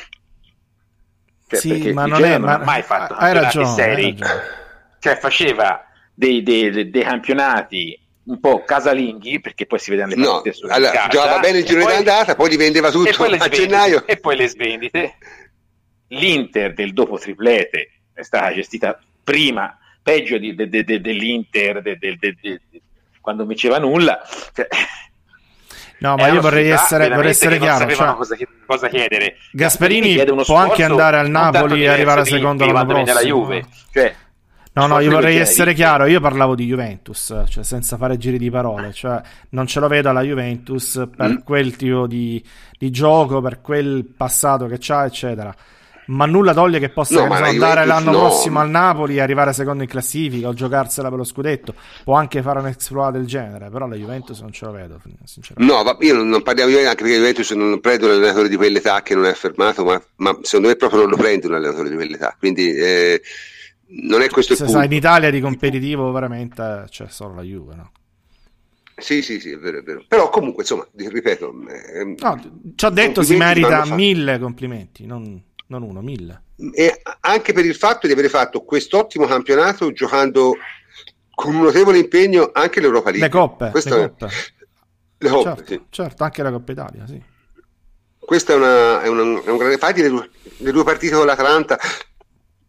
Cioè, sì, ma non, è, non ma... ha mai fatto hai ragione, seri. hai ragione. Cioè faceva dei, dei, dei campionati un po' casalinghi, perché poi si vedevano le partite no, allora, giocava bene il giro d'andata, poi li vendeva tutto a gennaio e poi le svendite. L'Inter del dopo triplete è stata gestita prima peggio di, de, de, de, dell'Inter de, de, de, de, de, quando non diceva nulla, cioè, no, ma io vorrei essere, vorrei essere chiaro, non cioè, cosa, cosa chiedere. Gasperini, Gasperini può anche andare al Napoli e arrivare secondo l'anno prossimo nella Juve, cioè no, no, io vorrei essere chiaro, io parlavo di Juventus, cioè senza fare giri di parole, cioè non ce lo vedo alla Juventus per mm. quel tipo di, di gioco, per quel passato che c'ha, eccetera. Ma nulla toglie che possa no, che so, andare l'anno no. prossimo al Napoli e arrivare secondo in classifica o giocarsela per lo scudetto, può anche fare un exploit del genere, però la Juventus non ce lo vedo sinceramente. No, io non, non parliamo di anche perché Juventus non prende un allenatore di quell'età che non è affermato, ma, ma secondo me proprio non lo prende un allenatore di quell'età, quindi eh, non è questo il se punto. Sai, in Italia di competitivo veramente c'è solo la Juve, no? Sì, sì, sì, è vero, è vero. Però comunque, insomma, ripeto, eh, no, ci ho detto si merita mille complimenti, non non uno, mille. E anche per il fatto di aver fatto quest'ottimo campionato giocando con un notevole impegno anche l'Europa League. Le coppe, Questa le è... coppe. Le coppe, certo, sì. certo, anche la Coppa Italia, sì. Questa è una, è una, è un grande... Infatti le due, le due partite con l'Atalanta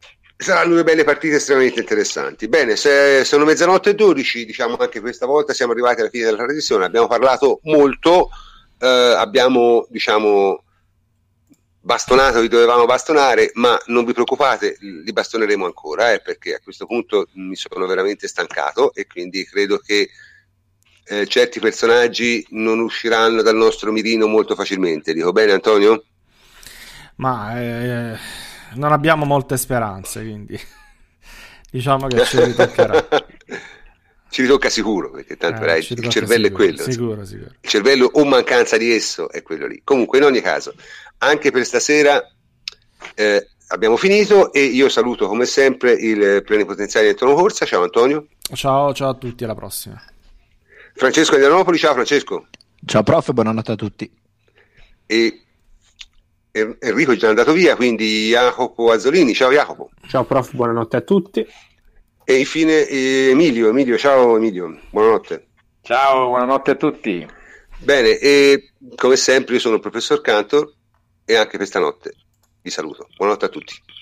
saranno due belle partite estremamente interessanti. Bene, se sono mezzanotte e dodici, diciamo anche questa volta siamo arrivati alla fine della trasmissione, abbiamo parlato molto, eh, abbiamo diciamo bastonato chi dovevamo bastonare, ma non vi preoccupate, li bastoneremo ancora, eh, perché a questo punto mi sono veramente stancato e quindi credo che eh, certi personaggi non usciranno dal nostro mirino molto facilmente. Dico bene, Antonio? Ma eh, non abbiamo molte speranze, quindi diciamo che ci ritoccherà. Ci ritocca sicuro, perché tanto eh, dai, il cervello sicuro, è quello. Sicuro, sicuro. Il cervello o mancanza di esso è quello lì. Comunque, in ogni caso, anche per stasera eh, abbiamo finito e io saluto come sempre il plenipotenziario Antonio Corsa. Ciao Antonio. Ciao, ciao a tutti, alla prossima. Francesco Adrianopoli, ciao Francesco. Ciao prof, buonanotte a tutti. E Enrico è già andato via, quindi Jacopo Azzolini, ciao Jacopo. Ciao prof, buonanotte a tutti. E infine Emilio, Emilio, ciao Emilio, buonanotte. Ciao, buonanotte a tutti. Bene, e come sempre io sono il professor Cantor e anche questa notte vi saluto. Buonanotte a tutti.